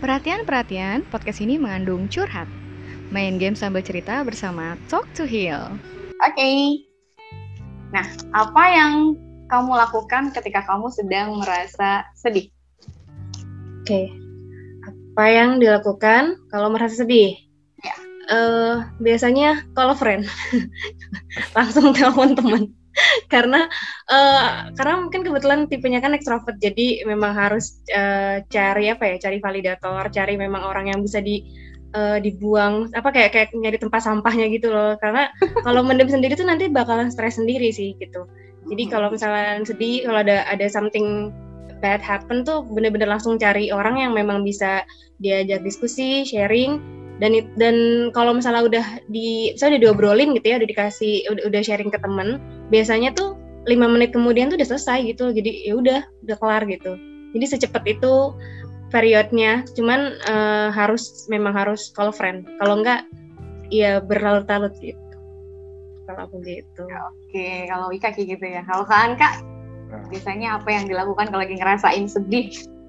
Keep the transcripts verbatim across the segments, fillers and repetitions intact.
Perhatian-perhatian, podcast ini mengandung curhat. Main game sambil cerita bersama Talk to Heal. Oke. Okay. Nah, apa yang kamu lakukan ketika kamu sedang merasa sedih? Oke. Okay. Apa yang dilakukan kalau merasa sedih? Ya. Uh, biasanya call a friend. Langsung telepon teman. karena uh, karena mungkin kebetulan tipenya kan ekstrovert, jadi memang harus uh, cari apa ya cari validator, cari memang orang yang bisa di uh, dibuang apa kayak kayak nyari tempat sampahnya gitu loh, karena kalau mendem sendiri tuh nanti bakalan stres sendiri sih gitu. Jadi kalau misalnya sedih, kalau ada ada something bad happen tuh bener-bener langsung cari orang yang memang bisa diajak diskusi, sharing. Dan dan kalau misalnya udah di saya udah diobrolin gitu ya, udah dikasih udah, udah sharing ke temen, biasanya tuh lima menit kemudian tuh udah selesai gitu. Jadi ya udah udah kelar gitu. Jadi secepat itu periodnya, cuman uh, harus memang harus call friend. Kalau enggak ya berlarut-larut gitu. Kalau aku gitu. Oke, kalau Ika kayak gitu ya. Kalau Kak Kak, biasanya apa yang dilakukan kalau lagi ngerasain sedih?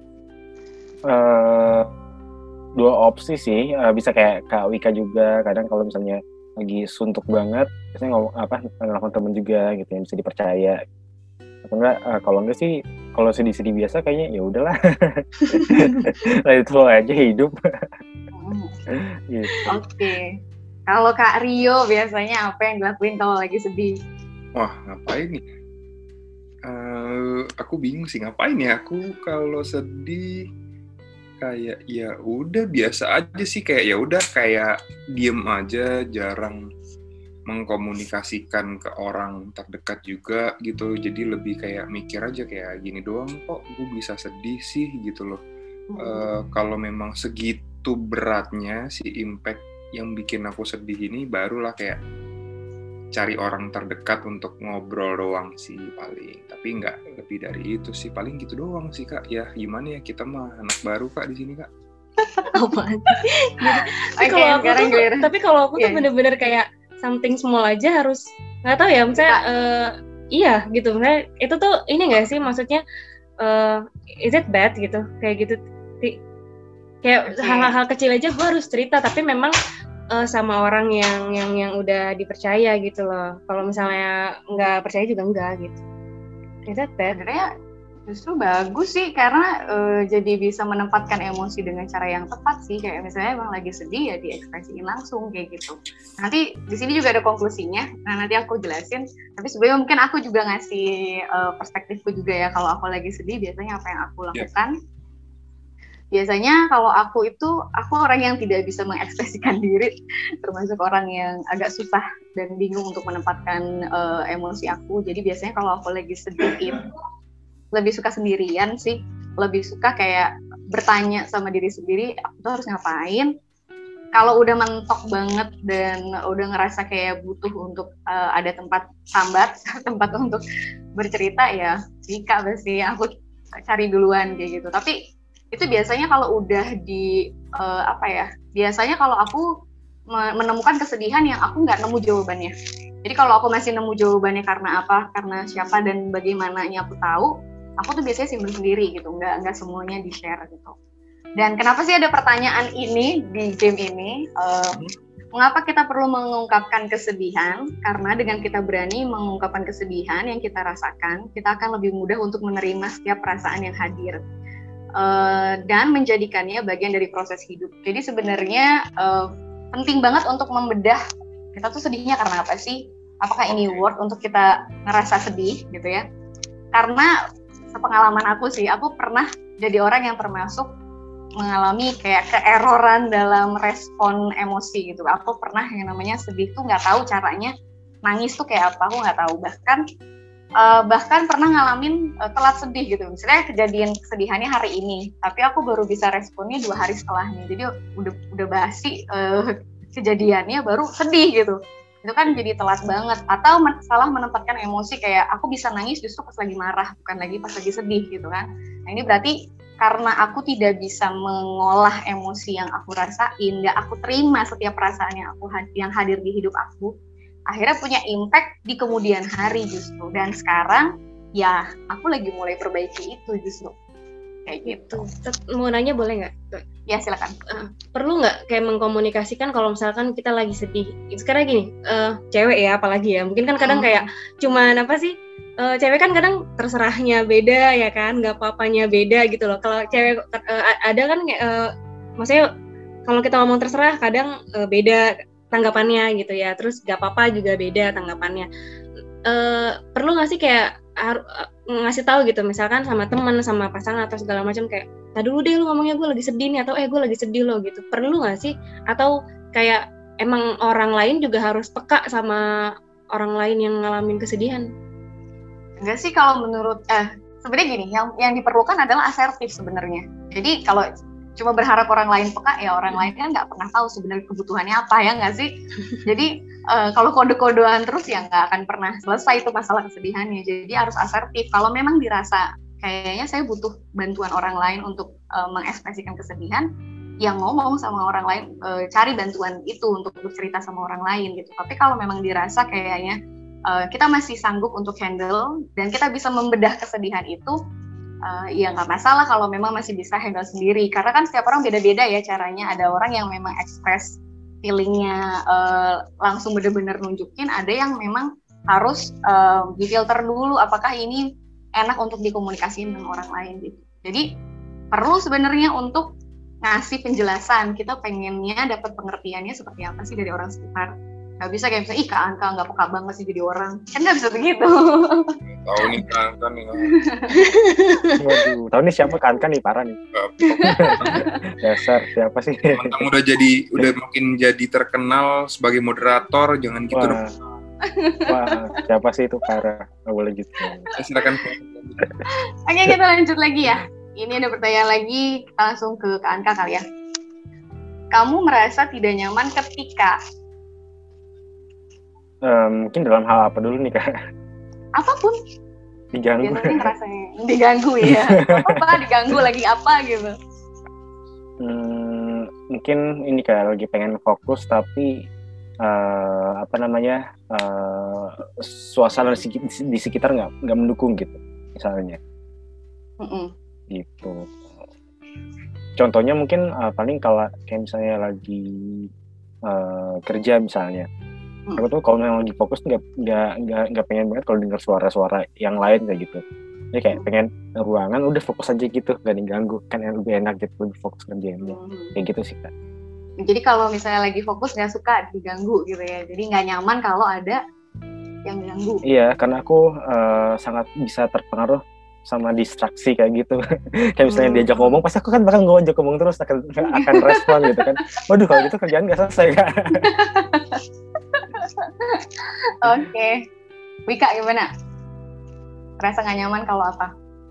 Uh... Dua opsi sih, uh, bisa kayak Kak Wika juga. Kadang kalau misalnya lagi suntuk banget, biasanya ngomong apa nelfon temen juga gitu yang bisa dipercaya. Atau enggak, uh, kalau enggak sih, kalau sedih-sedih biasa kayaknya ya udahlah. Lah itu aja hidup. gitu. Oke. Okay. Kalau Kak Rio biasanya apa yang dilakuin kalau lagi sedih? Wah, ngapain nih? Uh, aku bingung sih ngapain ya. Aku kalau sedih kayak ya udah biasa aja sih, kayak ya udah kayak diem aja, jarang mengkomunikasikan ke orang terdekat juga gitu. Jadi lebih kayak mikir aja kayak gini doang kok gue bisa sedih sih gitu loh. Hmm. Uh, kalau memang segitu beratnya si impact yang bikin aku sedih ini, barulah kayak cari orang terdekat untuk ngobrol doang sih paling. Tapi nggak lebih dari itu sih, paling gitu doang sih Kak. Ya gimana ya, kita mah anak baru Kak di sini Kak. Apaan? Tapi kalau aku tuh, tapi kalau aku tuh bener-bener kayak something small aja harus nggak tahu ya, misalnya uh, iya gitu, misalnya itu tuh ini nggak sih, maksudnya uh, is it bad gitu, kayak gitu, kayak okay. Hal-hal kecil aja gue harus cerita, tapi memang Uh, sama orang yang yang yang udah dipercaya gitu loh. Kalau misalnya nggak percaya juga enggak gitu. Is that bad? Sebenarnya justru bagus sih, karena uh, jadi bisa menempatkan emosi dengan cara yang tepat sih. Kayak misalnya emang lagi sedih ya diekspresiin langsung kayak gitu. Nanti di sini juga ada konklusinya. Nah nanti aku jelasin. Tapi sebelumnya mungkin aku juga ngasih uh, perspektifku juga ya. Kalau aku lagi sedih biasanya apa yang aku lakukan? Yeah. Biasanya kalau aku itu, aku orang yang tidak bisa mengekspresikan diri, termasuk orang yang agak susah dan bingung untuk menempatkan uh, emosi aku. Jadi biasanya kalau aku lagi sedih itu, lebih suka sendirian sih, lebih suka kayak bertanya sama diri sendiri, aku tuh harus ngapain. Kalau udah mentok banget dan udah ngerasa kayak butuh untuk uh, ada tempat sambat, tempat untuk bercerita, ya jika pasti aku cari duluan kayak gitu. Tapi itu biasanya kalau udah di uh, apa ya biasanya kalau aku menemukan kesedihan yang aku nggak nemu jawabannya. Jadi kalau aku masih nemu jawabannya karena apa, karena siapa dan bagaimananya aku tahu, aku tuh biasanya simpen sendiri gitu, nggak nggak semuanya di share gitu. Dan kenapa sih ada pertanyaan ini di game ini, uh, mengapa kita perlu mengungkapkan kesedihan? Karena dengan kita berani mengungkapkan kesedihan yang kita rasakan, kita akan lebih mudah untuk menerima setiap perasaan yang hadir. Uh, dan menjadikannya bagian dari proses hidup. Jadi sebenarnya uh, penting banget untuk membedah kita tuh sedihnya karena apa sih? Apakah ini worth untuk kita ngerasa sedih gitu ya? Karena sepengalaman aku sih, aku pernah jadi orang yang termasuk mengalami kayak keeroran dalam respon emosi gitu. Aku pernah yang namanya sedih tuh nggak tahu caranya, nangis tuh kayak apa aku nggak tahu. Bahkan Uh, bahkan pernah ngalamin uh, telat sedih gitu, misalnya kejadian kesedihannya hari ini, tapi aku baru bisa responnya dua hari setelahnya, jadi udah udah basi uh, kejadiannya baru sedih gitu, itu kan jadi telat banget. Atau men- salah menempatkan emosi, kayak aku bisa nangis justru pas lagi marah, bukan lagi pas lagi sedih gitu kan. Nah ini berarti karena aku tidak bisa mengolah emosi yang aku rasain, nggak aku terima setiap perasaan yang aku yang hadir di hidup aku, akhirnya punya impact di kemudian hari justru. Dan sekarang ya aku lagi mulai perbaiki itu justru kayak gitu. Mau nanya boleh nggak? Ya silakan. Uh, perlu nggak kayak mengkomunikasikan kalau misalkan kita lagi sedih? Sekarang gini, uh, cewek ya apalagi ya, mungkin kan kadang kayak cuman apa sih, uh, cewek kan kadang terserahnya beda ya kan, nggak apa-apanya beda gitu loh. Kalau cewek uh, ada kan, uh, maksudnya kalau kita ngomong terserah kadang uh, beda tanggapannya gitu ya, terus nggak apa-apa juga beda tanggapannya. Uh, perlu nggak sih kayak har- ngasih tahu gitu, misalkan sama teman, sama pasangan atau segala macam kayak, tadi dulu deh lu ngomongnya gue lagi sedih nih, atau eh gue lagi sedih loh gitu. Perlu nggak sih? Atau kayak emang orang lain juga harus peka sama orang lain yang ngalamin kesedihan? Enggak sih kalau menurut, eh sebenarnya gini, yang yang diperlukan adalah asertif sebenarnya. Jadi kalau cuma berharap orang lain peka, ya orang lain kan nggak pernah tahu sebenarnya kebutuhannya apa, ya nggak sih? Jadi uh, kalau kode-kodean terus ya nggak akan pernah selesai itu masalah kesedihannya. Jadi harus asertif. Kalau memang dirasa kayaknya saya butuh bantuan orang lain untuk uh, mengekspresikan kesedihan, yang ngomong sama orang lain, uh, cari bantuan itu untuk bercerita sama orang lain gitu. Tapi kalau memang dirasa kayaknya uh, kita masih sanggup untuk handle dan kita bisa membedah kesedihan itu, Uh, ya nggak masalah kalau memang masih bisa handle sendiri, karena kan setiap orang beda-beda ya caranya. Ada orang yang memang express feelingnya uh, langsung bener-bener nunjukin, ada yang memang harus uh, difilter dulu apakah ini enak untuk dikomunikasiin dengan orang lain gitu. Jadi perlu sebenarnya untuk ngasih penjelasan, kita pengennya dapat pengertiannya seperti apa sih dari orang sekitar. Nggak bisa kayak misalnya, ih Kak Anka nggak peka banget sih jadi orang, kan nggak bisa begitu. Tahu nih Kak Anka nih. Waduh, tahu nih siapa Kak Anka nih, parah nih. Dasar siapa sih? Teman-teman udah jadi, udah makin jadi terkenal sebagai moderator, jangan gitu Wah. dong. Wah, siapa sih itu, parah. Nggak boleh gitu. Ya, silakan. Oke, kita lanjut lagi ya. Ini ada pertanyaan lagi, kita langsung ke Kak Anka kali ya. Kamu merasa tidak nyaman ketika Um, mungkin dalam hal apa dulu nih Kak? apapun, Diganggu. biasanya ngerasanya diganggu ya, apa diganggu lagi apa gitu. Hmm, mungkin ini kayak lagi pengen fokus tapi uh, apa namanya uh, suasana di, di sekitar nggak nggak mendukung gitu misalnya. Mm-mm. Gitu. Contohnya mungkin uh, paling kalau kayak misalnya lagi uh, kerja misalnya. Aku tuh kalau memang lagi fokus nggak nggak nggak nggak pengen banget kalau dengar suara-suara yang lain kayak gitu. Ya kayak pengen ruangan udah fokus aja gitu, nggak diganggu, kan yang lebih enak gitu, lebih fokus kerjanya. Hmm. Kayak gitu sih Kak. Jadi kalau misalnya lagi fokus nggak suka diganggu gitu ya. Jadi nggak nyaman kalau ada yang ganggu. Iya, karena aku uh, sangat bisa terpengaruh sama distraksi kayak gitu. Kayak misalnya hmm. diajak ngomong, pasti aku kan bakal ngajak ngomong terus, akan akan respon gitu kan. Waduh, kalau gitu kerjaan nggak selesai Kak. Oke, okay. Wika gimana? Rasa nggak nyaman kalau apa?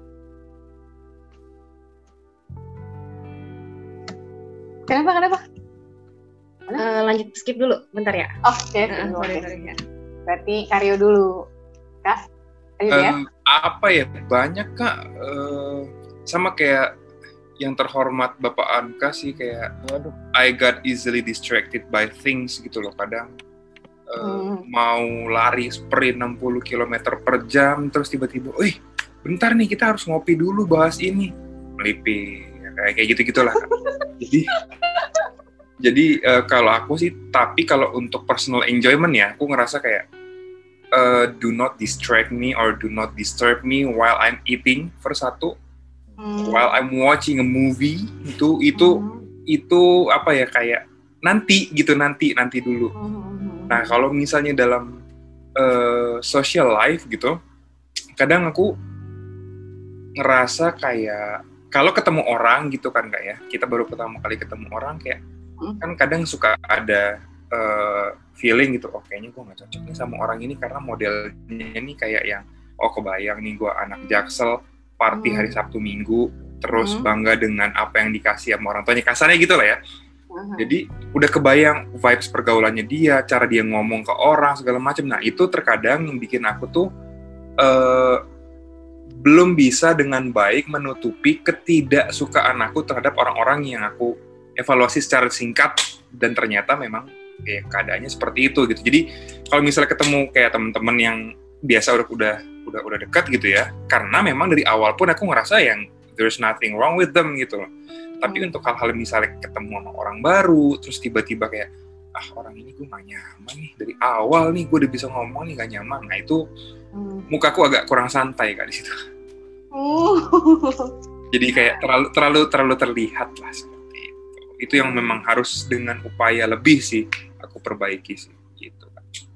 Kenapa? Kenapa? Uh, lanjut skip dulu, bentar ya. Oh, oke. Okay. Uh, sorry, sorry. Ya. Berarti Karyo dulu, Kak. Lanjut um, ya. Apa ya? Banyak Kak. Uh, sama kayak yang terhormat Bapak Anka sih, kayak waduh, I got easily distracted by things gitu loh kadang. Uh, hmm. Mau lari sprint enam puluh kilometer per jam terus tiba-tiba, wih bentar nih kita harus ngopi dulu bahas ini, melipir kayak kayak gitu gitulah. jadi jadi uh, kalau aku sih, tapi kalau untuk personal enjoyment ya, aku ngerasa kayak uh, do not distract me or do not disturb me while I'm eating, first satu, hmm. while I'm watching a movie, itu itu hmm. itu apa ya, kayak nanti gitu nanti nanti dulu. Hmm. Nah, kalau misalnya dalam uh, social life gitu, kadang aku ngerasa kayak kalau ketemu orang gitu kan Kak ya, kita baru pertama kali ketemu orang kayak hmm. kan kadang suka ada uh, feeling gitu, oh kayaknya gue nggak cocok nih sama orang ini karena modelnya nih kayak yang, oh kebayang nih gue anak Jaksel, party hmm. hari Sabtu Minggu, terus hmm. bangga dengan apa yang dikasih sama orang tuanya, kasarnya gitu lah ya. Jadi udah kebayang vibes pergaulannya dia, cara dia ngomong ke orang segala macam. Nah itu terkadang yang bikin aku tuh uh, belum bisa dengan baik menutupi ketidaksukaan aku terhadap orang-orang yang aku evaluasi secara singkat dan ternyata memang ya, keadaannya seperti itu gitu. Jadi kalau misalnya ketemu kayak teman-teman yang biasa udah udah udah udah dekat gitu ya, karena memang dari awal pun aku ngerasa yang there's nothing wrong with them gitu loh. Tapi Hmm. untuk hal-hal misalnya ketemu sama orang baru, terus tiba-tiba kayak, ah orang ini gue gak nyaman nih, dari awal nih gue udah bisa ngomong nih gak nyaman. Nah itu Hmm. mukaku agak kurang santai Kak di situ. Uh. Jadi kayak terlalu terlalu terlalu terlihat lah seperti itu. Itu yang memang harus dengan upaya lebih sih aku perbaiki sih gitu.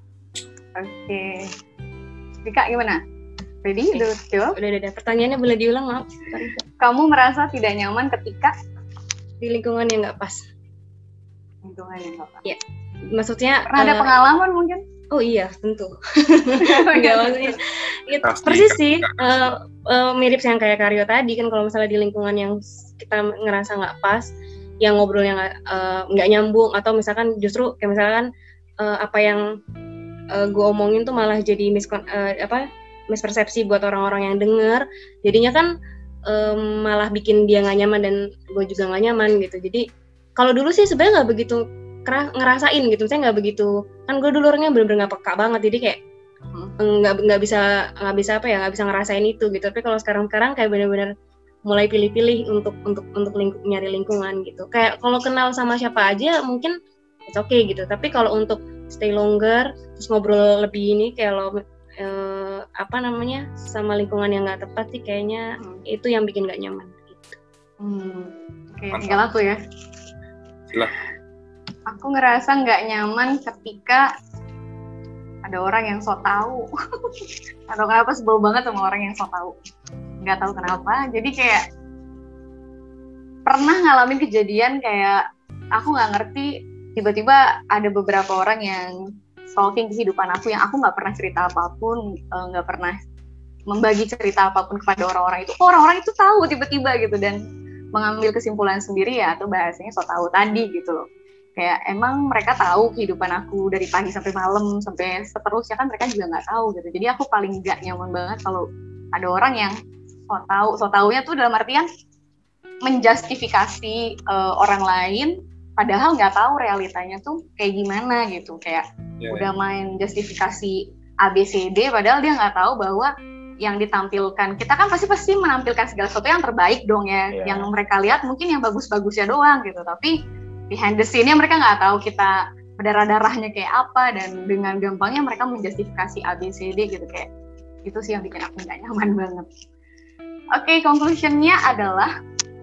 Oke. Dika gimana? Ready? Udah jawab? Udah, udah, udah. Pertanyaannya boleh diulang, maaf. Sorry. Kamu merasa tidak nyaman ketika Di lingkungan yang nggak pas. lingkungan yang nggak pas? Maksudnya Pernah ada eh, pengalaman mungkin? oh iya, tentu. Enggak, maksudnya ya, Pasti, persis Kak. sih eh, eh, mirip yang kayak Karyo tadi kan, kalau misalnya di lingkungan yang kita ngerasa nggak pas, yang ngobrolnya nggak eh, nggak nyambung, atau misalkan justru kayak misalkan eh, apa yang gue omongin tuh malah jadi miskon eh, apa mispersepsi buat orang-orang yang denger, jadinya kan em, malah bikin dia nggak nyaman dan gue juga nggak nyaman gitu. Jadi kalau dulu sih sebenarnya nggak begitu kera- ngerasain gitu, saya nggak begitu, kan gue dulu orangnya bener-bener nggak peka banget, jadi kayak nggak nggak bisa nggak bisa apa ya nggak bisa ngerasain itu gitu. Tapi kalau sekarang-sekarang kayak bener-bener mulai pilih-pilih untuk untuk untuk lingku- nyari lingkungan gitu. Kayak kalau kenal sama siapa aja mungkin it's okay gitu, tapi kalau untuk stay longer terus ngobrol lebih ini kayak lo eh, apa namanya sama lingkungan yang nggak tepat sih kayaknya Hmm. itu yang bikin nggak nyaman gitu. Hmm. Oke, Mantap. tinggal aku ya. Silakan. Aku ngerasa nggak nyaman ketika ada orang yang sok tahu. Atau kenapa sebel banget sama orang yang sok tahu. Nggak tahu kenapa. Jadi kayak pernah ngalamin kejadian kayak aku nggak ngerti, tiba-tiba ada beberapa orang yang stalking kehidupan aku yang aku nggak pernah cerita apapun, eh, nggak pernah membagi cerita apapun kepada orang-orang itu. Oh, orang-orang itu tahu tiba-tiba gitu dan mengambil kesimpulan sendiri ya, atau bahasanya sok tahu tadi gitu loh. Kayak emang mereka tahu kehidupan aku dari pagi sampai malam sampai seterusnya, kan mereka juga nggak tahu gitu. Jadi aku paling nggak nyaman banget kalau ada orang yang sok tahu. Sok taunya tuh dalam artian menjustifikasi uh, orang lain padahal nggak tahu realitanya tuh kayak gimana gitu. Kayak Ya, udah main justifikasi A B C D padahal dia nggak tahu bahwa yang ditampilkan, kita kan pasti pasti menampilkan segala sesuatu yang terbaik dong ya. Yeah. Yang mereka lihat mungkin yang bagus-bagusnya doang gitu, tapi behind the scene-nya mereka nggak tahu kita berdarah-darahnya kayak apa, dan dengan gampangnya mereka menjustifikasi A B C D gitu. Kayak itu sih yang bikin aku nggak nyaman banget. Oke, okay, conclusion-nya adalah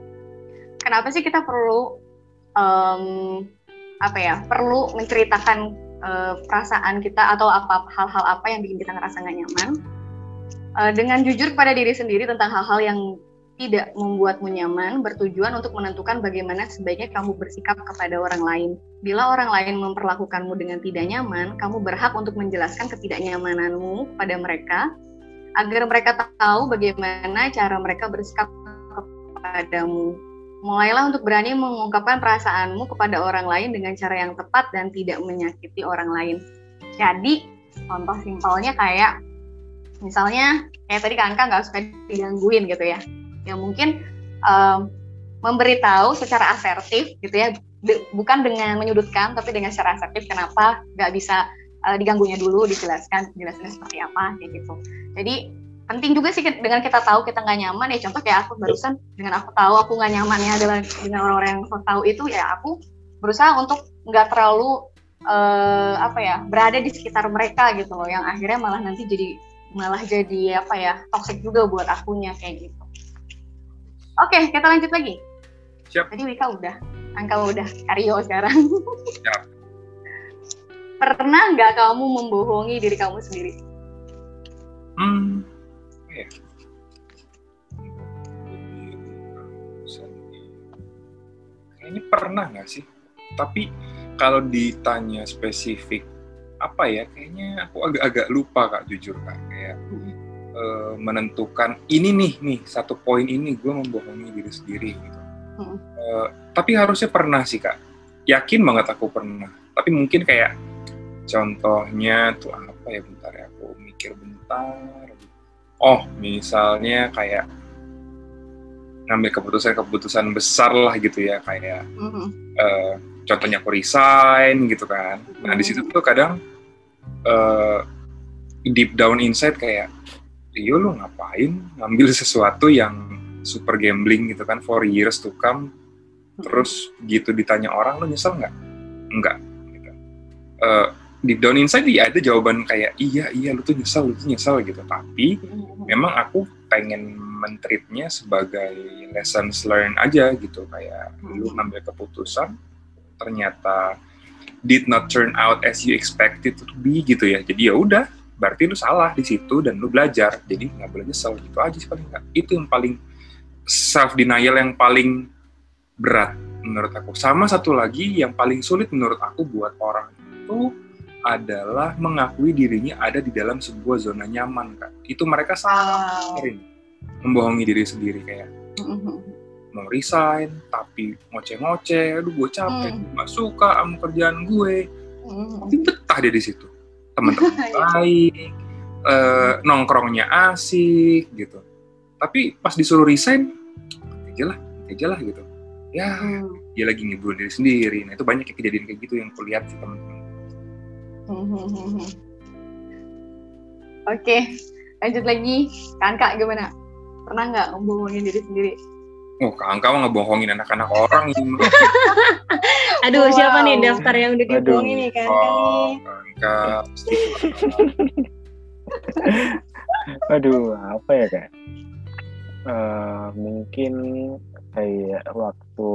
kenapa sih kita perlu um, apa ya perlu menceritakan uh, perasaan kita atau apa hal-hal apa yang bikin kita ngerasa nggak nyaman, uh, dengan jujur kepada diri sendiri tentang hal-hal yang tidak membuatmu nyaman, bertujuan untuk menentukan bagaimana sebaiknya kamu bersikap kepada orang lain. Bila orang lain memperlakukanmu dengan tidak nyaman, kamu berhak untuk menjelaskan ketidaknyamananmu kepada mereka agar mereka tahu bagaimana cara mereka bersikap kepadamu. Mulailah untuk berani mengungkapkan perasaanmu kepada orang lain dengan cara yang tepat dan tidak menyakiti orang lain. Jadi, contoh simpelnya kayak, misalnya, kayak tadi Kak Anka nggak suka digangguin gitu ya. Ya mungkin um, memberitahu secara asertif gitu ya, de- bukan dengan menyudutkan, tapi dengan secara asertif kenapa nggak bisa uh, diganggunya dulu, dijelaskan, penjelasannya seperti apa, kayak gitu. Jadi, penting juga sih dengan kita tahu kita nggak nyaman ya, contoh kayak aku barusan dengan aku tahu aku nggak nyamannya adalah dengan orang-orang yang aku tahu itu, ya aku berusaha untuk nggak terlalu uh, apa ya berada di sekitar mereka gitu loh, yang akhirnya malah nanti jadi malah jadi apa ya toxic juga buat akunya kayak gitu. Oke, kita lanjut lagi. Siap. Tadi Wika udah, Angka udah, Karyo sekarang. Siap. Pernah nggak kamu membohongi diri kamu sendiri? Hmm. Ya. Kayaknya pernah nggak sih? Tapi kalau ditanya spesifik apa ya, kayaknya aku agak-agak lupa Kak, jujur Kak. Kayak uh, menentukan ini nih, nih satu poin ini gue membohongi diri sendiri gitu. Hmm. Uh, tapi harusnya pernah sih Kak. Yakin banget aku pernah. Tapi mungkin kayak contohnya tuh apa ya, bentar ya, aku mikir bentar. Oh, misalnya kayak ngambil keputusan-keputusan besar lah gitu ya, kayak mm-hmm. uh, contohnya aku resign gitu kan. Nah mm-hmm. di situ tuh kadang uh, deep down inside kayak, yo lu ngapain ngambil sesuatu yang super gambling gitu kan, for years to come, terus gitu ditanya orang, lo nyesel nggak? Enggak. Gitu. Uh, deep down inside ya ada jawaban kayak iya iya lu tuh nyesel, lu tuh nyesel gitu. Tapi memang aku pengen men-treatnya sebagai lessons learned aja gitu, kayak lu ngambil keputusan ternyata did not turn out as you expected to be gitu ya. Jadi ya udah, berarti lu salah di situ dan lu belajar. Jadi nggak boleh nyesel gitu aja sih paling nggak. Itu yang paling self denial yang paling berat menurut aku. Sama satu lagi yang paling sulit menurut aku buat orang itu adalah mengakui dirinya ada di dalam sebuah zona nyaman, Kak. Itu mereka sangat sering membohongi diri sendiri, kayak mau resign tapi ngoceh-ngoceh, aduh gue capek, gue gak suka sama kerjaan gue, tapi betah dia di situ. Teman-teman baik, eh, nongkrongnya asik gitu. Tapi pas disuruh resign, aja lah, aja lah gitu. Ya, dia lagi ngiburin diri sendiri. Nah itu banyak kejadian kayak gitu yang kulihat sih teman-teman. Oke, lanjut lagi. Kakak gimana? Pernah nggak ngebohongin diri sendiri? Oh, Kakak mah ngebohongin anak-anak orang ini. Aduh, wow. Siapa nih daftar yang udah dibohongin nih, Kakak oh, nih? Kakak. Aduh, apa ya, Kak? Uh, mungkin kayak waktu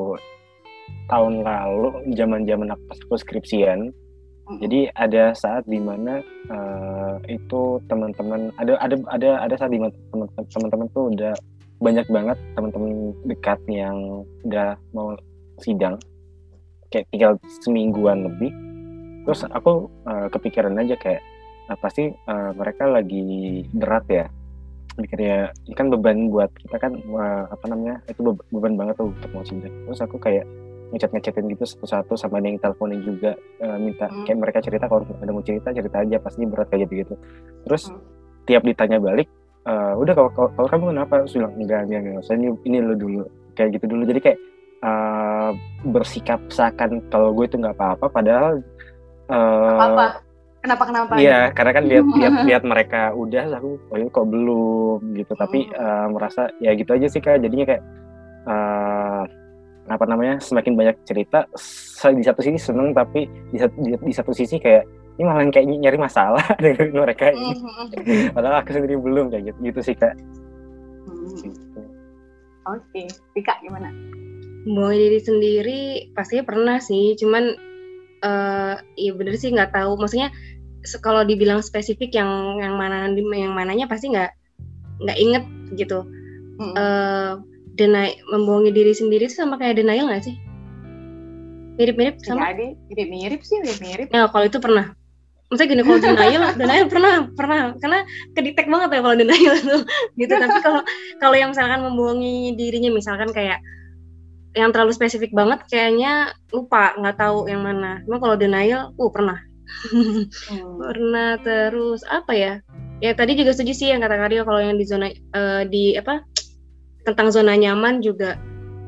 tahun lalu, zaman-zaman aku skripsian, mm-hmm. jadi ada saat dimana uh, itu teman-teman ada ada ada ada saat dimana teman-teman tuh udah banyak banget teman-teman dekat yang udah mau sidang, kayak tinggal semingguan lebih. Terus aku uh, kepikiran aja kayak apa sih uh, mereka lagi berat ya. Mikirnya ini kan beban buat kita kan, uh, apa namanya, itu beban banget tuh untuk mau sidang. Terus aku kayak ngechat-ngechatin gitu satu-satu, sama ada yang teleponin juga, uh, minta hmm. kayak mereka cerita, kalau ada mau cerita cerita aja, pasti berat kayak gitu. Terus hmm. tiap ditanya balik, uh, udah kalau, kalau, kalau kamu kenapa? Terus bilang enggak, enggak, enggak, saya ini, ini lo dulu, kayak gitu dulu. Jadi kayak uh, bersikap seakan kalau gue itu nggak apa-apa, padahal uh, apa-apa. Kenapa kenapa? Iya, gitu? Karena kan lihat lihat lihat mereka udah, aku oh ini kok belum gitu. Hmm. Tapi uh, merasa ya gitu aja sih, Kak. Jadinya kayak uh, apa namanya, semakin banyak cerita, di satu sisi seneng, tapi di, di, di satu sisi kayak ini malah kayak nyari masalah dengan mereka ini. Hmm. Padahal aku sendiri belum, kayak gitu, gitu sih, Kak. Hmm. Gitu. Oke, Tika gimana? Mau diri sendiri pastinya pernah sih, cuman Uh, iya bener sih, nggak tahu, maksudnya kalau dibilang spesifik yang yang mana yang mananya pasti nggak nggak inget gitu. Hmm. Uh, deny, membohongi diri sendiri sama kayak denial nggak sih? Mirip-mirip sama? Jadi mirip-mirip sih, mirip-mirip. Nah kalau itu pernah. Maksudnya gini, kalau denial, denial pernah, pernah, karena kedetek banget ya kalau denial itu, gitu. Tapi kalau kalau yang misalkan membohongi dirinya, misalkan kayak yang terlalu spesifik banget, kayaknya lupa, nggak tahu yang mana. Cuma kalau denial, uh pernah, hmm. pernah. Terus apa ya? Ya tadi juga setuju sih yang kata Karyo, kalau yang di zona uh, di apa tentang zona nyaman juga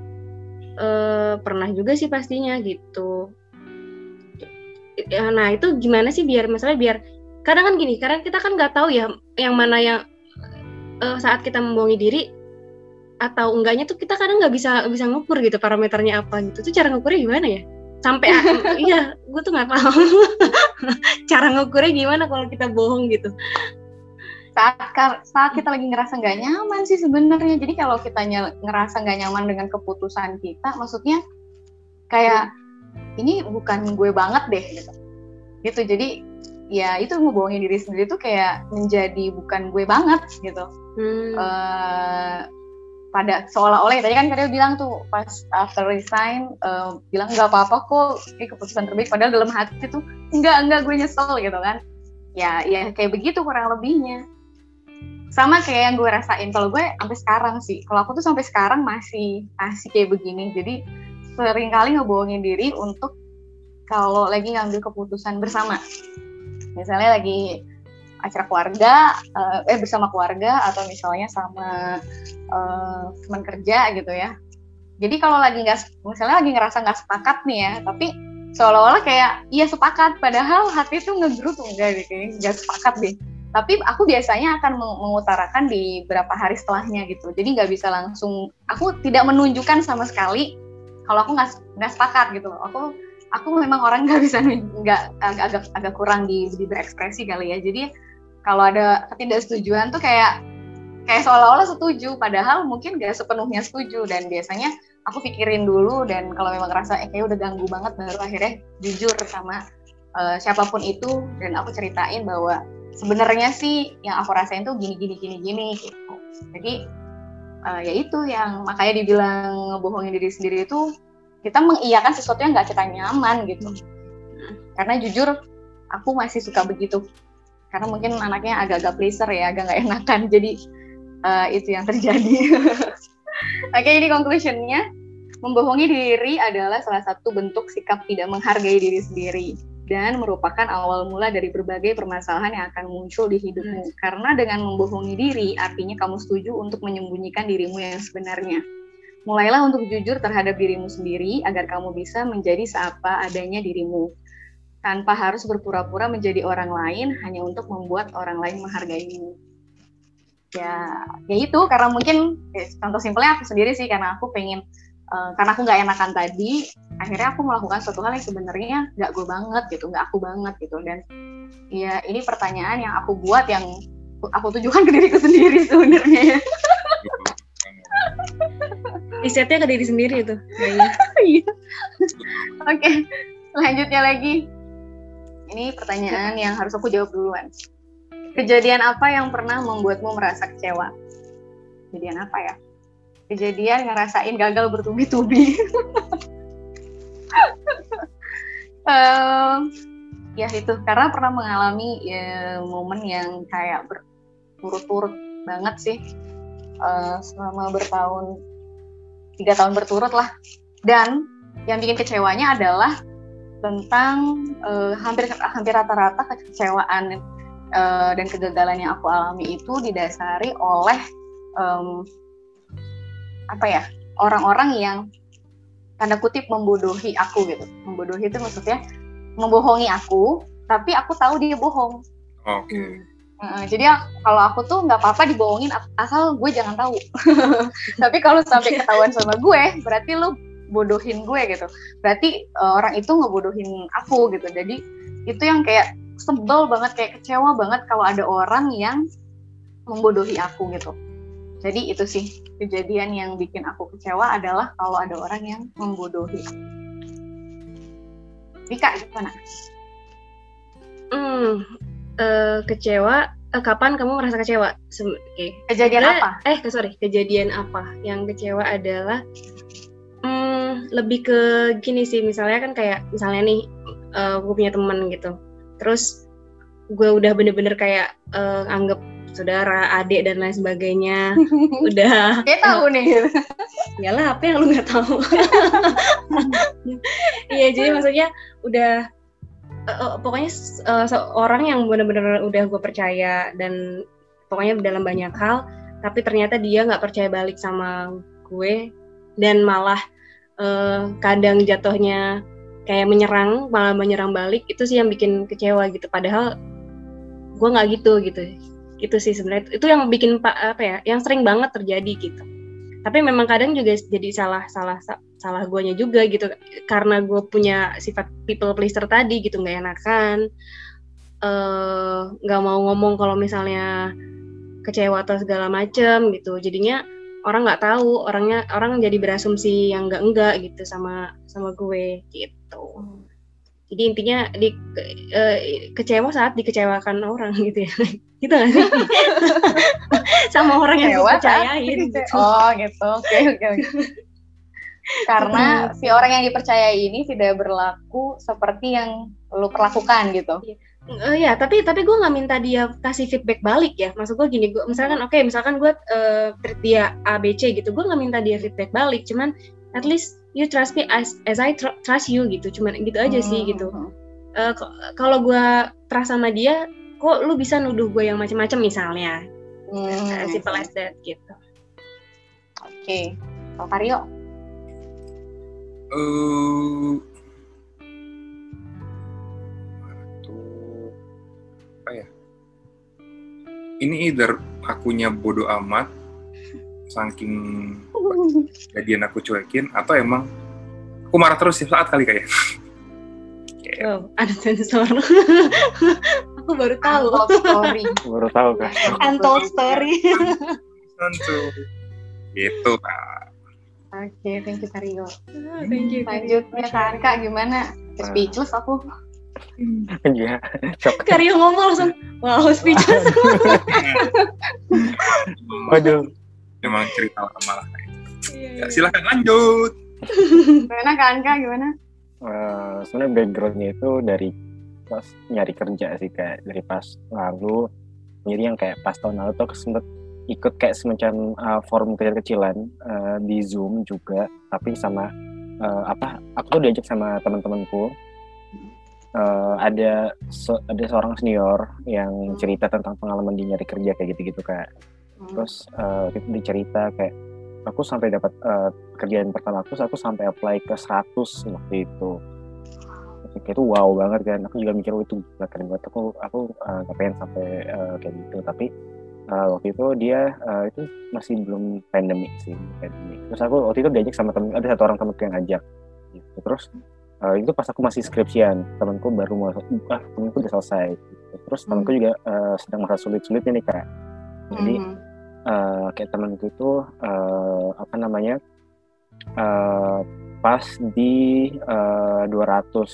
uh, pernah juga sih pastinya gitu. Ya, nah itu gimana sih biar misalnya biar kadang kan gini, karena kita kan nggak tahu ya yang mana yang uh, saat kita membohongi diri atau enggaknya tuh kita kadang nggak bisa bisa ngukur gitu parameternya apa gitu. Tuh cara ngukurnya gimana ya? Sampai iya, gue tuh nggak tahu cara ngukurnya gimana kalau kita bohong gitu. Saat saat kita lagi ngerasa nggak nyaman sih sebenarnya. Jadi kalau kita ny- ngerasa nggak nyaman dengan keputusan kita, maksudnya kayak hmm. ini bukan gue banget deh gitu. Gitu. Jadi ya itu ngebohongin diri sendiri tuh kayak menjadi bukan gue banget gitu. Hmm. Uh, pada seolah-olah ya, tadi kan Karyo bilang tuh pas after resign uh, bilang nggak apa-apa kok, ini keputusan terbaik, padahal dalam hati tuh enggak enggak gue nyesel gitu kan. Ya ya kayak begitu kurang lebihnya, sama kayak yang gue rasain. Kalau gue sampai sekarang sih, kalau aku tuh sampai sekarang masih masih kayak begini. Jadi sering kali ngebohongin diri untuk kalau lagi ngambil keputusan bersama, misalnya lagi acara keluarga, uh, eh bersama keluarga, atau misalnya sama uh, teman kerja gitu ya. Jadi kalau lagi nggak, misalnya lagi ngerasa nggak sepakat nih ya, tapi seolah-olah kayak iya sepakat, padahal hati tuh ngegerut enggak deh, kayaknya nggak sepakat deh. Tapi aku biasanya akan mengutarakan di beberapa hari setelahnya gitu. Jadi nggak bisa langsung, aku tidak menunjukkan sama sekali kalau aku nggak nggak sepakat gitu loh. Aku aku memang orang nggak bisa nggak agak agak kurang di, di berekspresi kali ya. Jadi kalau ada ketidaksetujuan tuh kayak kayak seolah-olah setuju, padahal mungkin nggak sepenuhnya setuju. Dan biasanya aku pikirin dulu, dan kalau memang ngerasa eh kayak udah ganggu banget, baru akhirnya jujur sama uh, siapapun itu, dan aku ceritain bahwa sebenarnya sih yang aku rasain tuh gini gini gini gini gitu. Jadi uh, ya itu yang makanya dibilang ngebohongin diri sendiri itu kita mengiyakan sesuatu yang nggak kita nyaman gitu. Karena jujur aku masih suka begitu. Karena mungkin anaknya agak-agak pleaser ya, agak nggak enakan. Jadi uh, itu yang terjadi. Oke, ini conclusion-nya. Membohongi diri adalah salah satu bentuk sikap tidak menghargai diri sendiri dan merupakan awal mula dari berbagai permasalahan yang akan muncul di hidupmu. Hmm. Karena dengan membohongi diri, artinya kamu setuju untuk menyembunyikan dirimu yang sebenarnya. Mulailah untuk jujur terhadap dirimu sendiri agar kamu bisa menjadi seapa adanya dirimu, tanpa harus berpura-pura menjadi orang lain hanya untuk membuat orang lain menghargaimu. Ya, ya itu karena mungkin ya, contoh simpelnya aku sendiri sih, karena aku pengen uh, karena aku nggak enakan tadi, akhirnya aku melakukan suatu hal yang sebenarnya nggak gue banget gitu, nggak aku banget gitu. Dan ya ini pertanyaan yang aku buat, yang aku tujukan ke diriku sendiri sebenarnya ya. Risetnya ke diri sendiri itu. Oke, selanjutnya lagi. Ini pertanyaan yang harus aku jawab duluan. Kejadian apa yang pernah membuatmu merasa kecewa? Kejadian apa ya? Kejadian ngerasain gagal bertubi-tubi. um, ya itu, karena pernah mengalami ya, momen yang kayak berturut-turut banget sih. Uh, selama bertahun, tiga tahun berturut lah. Dan yang bikin kecewanya adalah tentang uh, hampir hampir rata-rata kekecewaan uh, dan kegagalan yang aku alami itu didasari oleh um, apa ya, orang-orang yang tanda kutip membodohi aku gitu. Membodohi itu maksudnya membohongi aku, tapi aku tahu dia bohong. Oke. Okay. Uh, jadi kalau aku tuh nggak apa-apa dibohongin asal gue jangan tahu. Tapi kalau sampai ketahuan sama gue, berarti lu bodohin gue gitu. Berarti uh, orang itu ngebodohin aku gitu. Jadi itu yang kayak sebel banget, kayak kecewa banget kalau ada orang yang membodohi aku gitu. Jadi itu sih kejadian yang bikin aku kecewa adalah kalau ada orang yang membodohi aku. Vika gimana? Hmm, uh, kecewa. Uh, kapan kamu merasa kecewa? Sem- okay. Kejadian Nah, apa? Eh, sorry, kejadian apa? Yang kecewa adalah Hmm, lebih ke gini sih, misalnya kan kayak misalnya nih uh, gue punya teman gitu, terus gue udah bener-bener kayak uh, anggap saudara, adik dan lain sebagainya. Udah kayak tahu nih. Yalah, apa yang lu nggak tahu? Iya, jadi maksudnya udah uh, uh, pokoknya uh, seorang yang bener-bener udah gue percaya, dan pokoknya dalam banyak hal, tapi ternyata dia nggak percaya balik sama gue. Dan malah uh, kadang jatuhnya kayak menyerang, malah menyerang balik. Itu sih yang bikin kecewa gitu. Padahal gue nggak gitu gitu. Itu sih sebenarnya itu yang bikin apa ya, yang sering banget terjadi gitu. Tapi memang kadang juga jadi salah salah salah guanya juga gitu. Karena gue punya sifat people pleaser tadi gitu, nggak enakan, nggak uh, mau ngomong kalau misalnya kecewa atau segala macem gitu. Jadinya orang nggak tahu, orangnya orang jadi berasumsi yang enggak enggak gitu sama sama gue gitu. Jadi intinya di ke, uh, kecewa saat dikecewakan orang gitu ya, gitu nggak sih? Sama orang yang dipercayain. Gitu. Oh gitu, oke oke oke. Karena si orang yang dipercayai ini tidak berlaku seperti yang lu perlakukan gitu. Uh, ya, tapi tapi gue nggak minta dia kasih feedback balik ya. Maksud gue gini, gue misalkan oke, okay, misalkan gue uh, treat dia A B C gitu, gue nggak minta dia feedback balik. Cuman at least you trust me as as I tr- trust you gitu. Cuman gitu aja sih gitu. Uh, k- kalau gue trust sama dia, kok lu bisa nuduh gue yang macam-macam misalnya. Hmm. Uh, simple as that gitu. Oke, okay. Kalau Karyo? Uh, apa ya? Ini either akunya bodoh amat, saking kejadian aku cuekin, atau emang Aku marah terus setiap saat kali kayak. Oh, ada sensor. Aku baru tahu. Untold story. Baru tahu kan. Untold story. Gitu Kak. Oke, thank you Karyo. Ah, thank you. Lanjutnya Kak Anka gimana? Speechless aku. Iya. Shock. Karyo ngomong langsung, wow, speechless. Waduh. Memang cerita lama lah. Iya, Ya, silakan lanjut. Gimana Kak Anka gimana? Uh, sebenarnya backgroundnya itu dari pas nyari kerja sih, kayak dari pas lalu. Jadi yang kayak pas tahun lalu tuh aku sempet ikut kayak semacam uh, forum kecil-kecilan uh, di Zoom juga, tapi sama uh, apa? Aku tuh diajak sama teman-temanku. Uh, ada se- ada seorang senior yang cerita tentang pengalaman dia nyari kerja kayak gitu-gitu Kak. Terus uh, itu dicerita kayak aku sampai dapat uh, pekerjaan pertama aku, aku sampai apply ke seratus waktu itu. Kayak itu wow banget kan. Aku juga mikir oh, itu gila keren banget. Aku aku uh, gak pengen sampai uh, kayak gitu. Tapi uh, waktu itu dia uh, itu masih belum pandemi sih, pandemi. Terus aku waktu itu diajak sama temen, ada satu orang temanku yang ngajak. Gitu. Terus uh, itu pas aku masih skripsian, temanku baru mau, ah temanku udah selesai. Gitu. Terus temanku juga uh, sedang masa sulit-sulitnya nih Kak. Jadi Mm-hmm. Hmm. uh, kayak temanku itu uh, apa namanya uh, pas di uh, dua ratus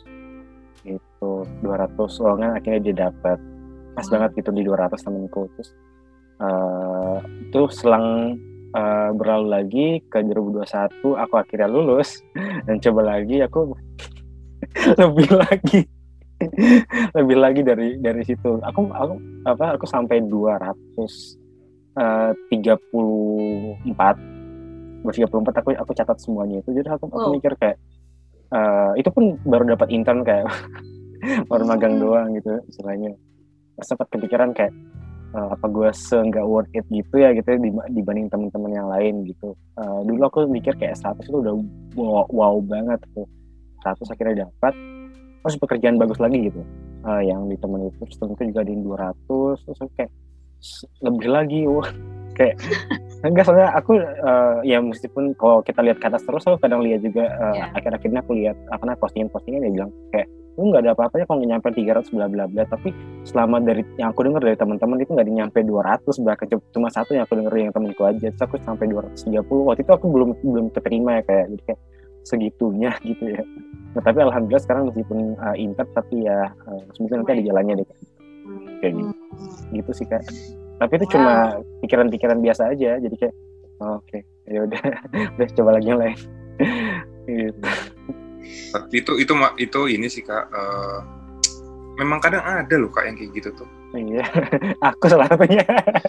itu dua ratus lowongan akhirnya dia dapat pas Hmm. banget gitu di dua ratus temanku. Terus uh, itu selang uh, berlalu lagi ke dua ribu dua puluh satu aku akhirnya lulus dan coba lagi aku lebih lagi lebih lagi dari dari situ aku aku apa aku sampai dua ratus tiga puluh empat tiga puluh empat aku aku catat semuanya itu. Jadi aku aku Wow. mikir kayak uh, itu pun baru dapat intern kayak baru magang doang gitu istilahnya. Sempat kepikiran kayak uh, apa gue se-nggak worth it gitu ya gitu dibanding teman-teman yang lain gitu. Uh, dulu aku mikir kayak seratus itu udah wow, wow banget tuh. seratus akhirnya dapat. Terus pekerjaan bagus lagi gitu. Uh, yang di temen itu terus temenku juga di dua ratus terus aku kayak lebih lagi wah kayak enggak soalnya aku uh, ya meskipun kalau kita lihat ke atas terus aku kadang lihat juga uh, Yeah. akhir-akhirnya aku lihat apa namanya postingan-postingan dia bilang kayak lu nggak ada apa-apanya kalau nggak nyampe tiga ratus bla bla bla, tapi selama dari yang aku dengar dari teman-teman itu nggak nyampe dua ratus, bahkan cuma satu yang aku dengar yang temanku aja. Terus aku sampai dua ratus tiga puluh waktu itu aku belum belum keterima ya kayak jadi kayak segitunya gitu ya. Nah, tapi alhamdulillah sekarang meskipun uh, intern tapi ya uh, semoga nanti ada jalannya deh kayak gitu. Gitu sih Kak. Tapi itu wow. Cuma pikiran-pikiran biasa aja. Jadi kayak oh, oke, okay. Ya udah, udah coba lagi yang lain. Gitu. Itu itu itu ini sih Kak. Uh, memang kadang ada loh Kak yang kayak gitu tuh. Iya, aku salah satunya.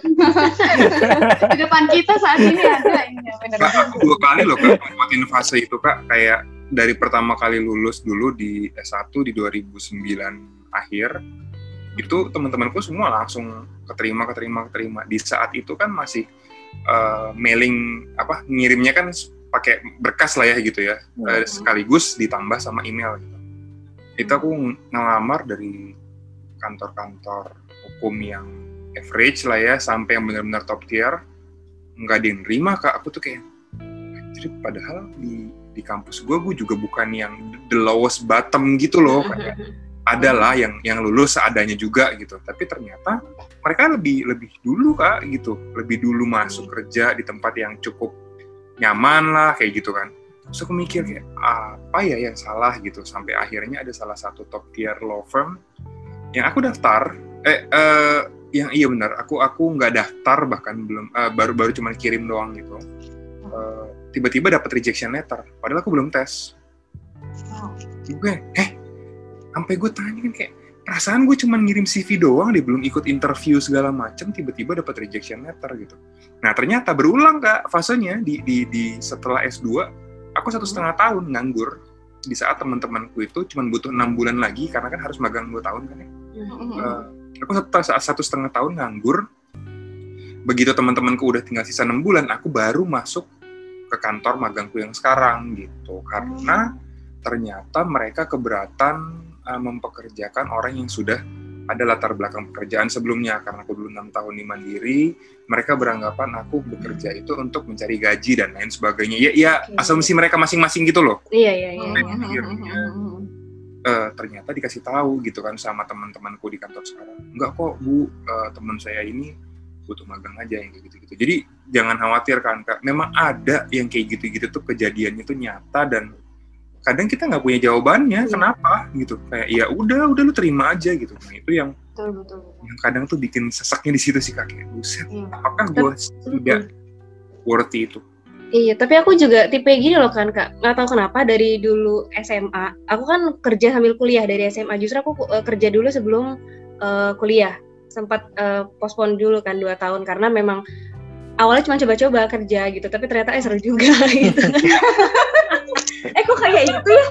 Di depan kita saat ini ada ini benar. Kak, aku dua kali loh Kak lewatin fase itu Kak. Kayak dari pertama kali lulus dulu di S satu di dua ribu sembilan akhir. Itu teman-temanku semua langsung keterima keterima keterima di saat itu kan masih uh, mailing apa ngirimnya kan pakai berkas lah ya gitu ya hmm. uh, sekaligus ditambah sama email gitu. Itu aku ngelamar dari kantor-kantor hukum yang average lah ya sampai yang benar-benar top tier nggak ada yang nerima Kak. Aku tuh kayak jadi padahal di di kampus gue gue juga bukan yang the lowest bottom gitu loh kayak adalah yang yang lulus seadanya juga gitu, tapi ternyata mereka lebih lebih dulu Kak gitu, lebih dulu masuk kerja di tempat yang cukup nyaman lah kayak gitu kan. Terus aku mikir kayak apa ya yang salah gitu, sampai akhirnya ada salah satu top tier law firm yang aku daftar, eh uh, yang iya benar, aku aku nggak daftar bahkan belum uh, baru baru cuma kirim doang gitu, uh, tiba-tiba dapat rejection letter, padahal aku belum tes. Gue eh sampai gue tanya kan kayak perasaan gue cuma ngirim C V doang, dia belum ikut interview segala macam, tiba-tiba dapat rejection letter gitu. Nah ternyata berulang Kak fasenya di di di setelah S dua aku satu setengah tahun nganggur di saat teman-temanku itu cuma butuh enam bulan lagi karena kan harus magang dua tahun kan ya. Mm-hmm. Uh, aku satu, satu setengah tahun nganggur. Begitu teman-temanku udah tinggal sisa enam bulan, aku baru masuk ke kantor magangku yang sekarang gitu karena ternyata mereka keberatan uh, mempekerjakan orang yang sudah ada latar belakang pekerjaan sebelumnya. Karena aku dulu enam tahun di Mandiri, mereka beranggapan aku bekerja itu untuk mencari gaji dan lain sebagainya. Ya, ya Okay. asumsi mereka masing-masing gitu loh. Iya, iya, iya. Hmm, iya. hmm, hmm, hmm, hmm. Eh, ternyata dikasih tahu gitu kan sama teman-temanku di kantor sekarang. Enggak kok Bu, eh, teman saya ini butuh magang aja yang kayak gitu-gitu. Jadi jangan khawatir kan Kak. Memang ada yang kayak gitu-gitu tuh kejadiannya tuh nyata dan kadang kita nggak punya jawabannya. Iya. Kenapa gitu? Kayak ya udah, udah lu terima aja gitu. Nah itu yang Betul, betul, betul. yang kadang tuh bikin sesaknya di situ sih Kak. Kayak buset, Iya. apakah gue tidak worthy itu? Iya, tapi aku juga tipe gini loh kan Kak, nggak tahu kenapa dari dulu S M A, aku kan kerja sambil kuliah dari S M A, justru aku uh, kerja dulu sebelum uh, kuliah, sempat uh, postpone dulu kan dua tahun, karena memang awalnya cuma coba-coba kerja gitu, tapi ternyata eh seru juga gitu. eh kok kayak itu ya?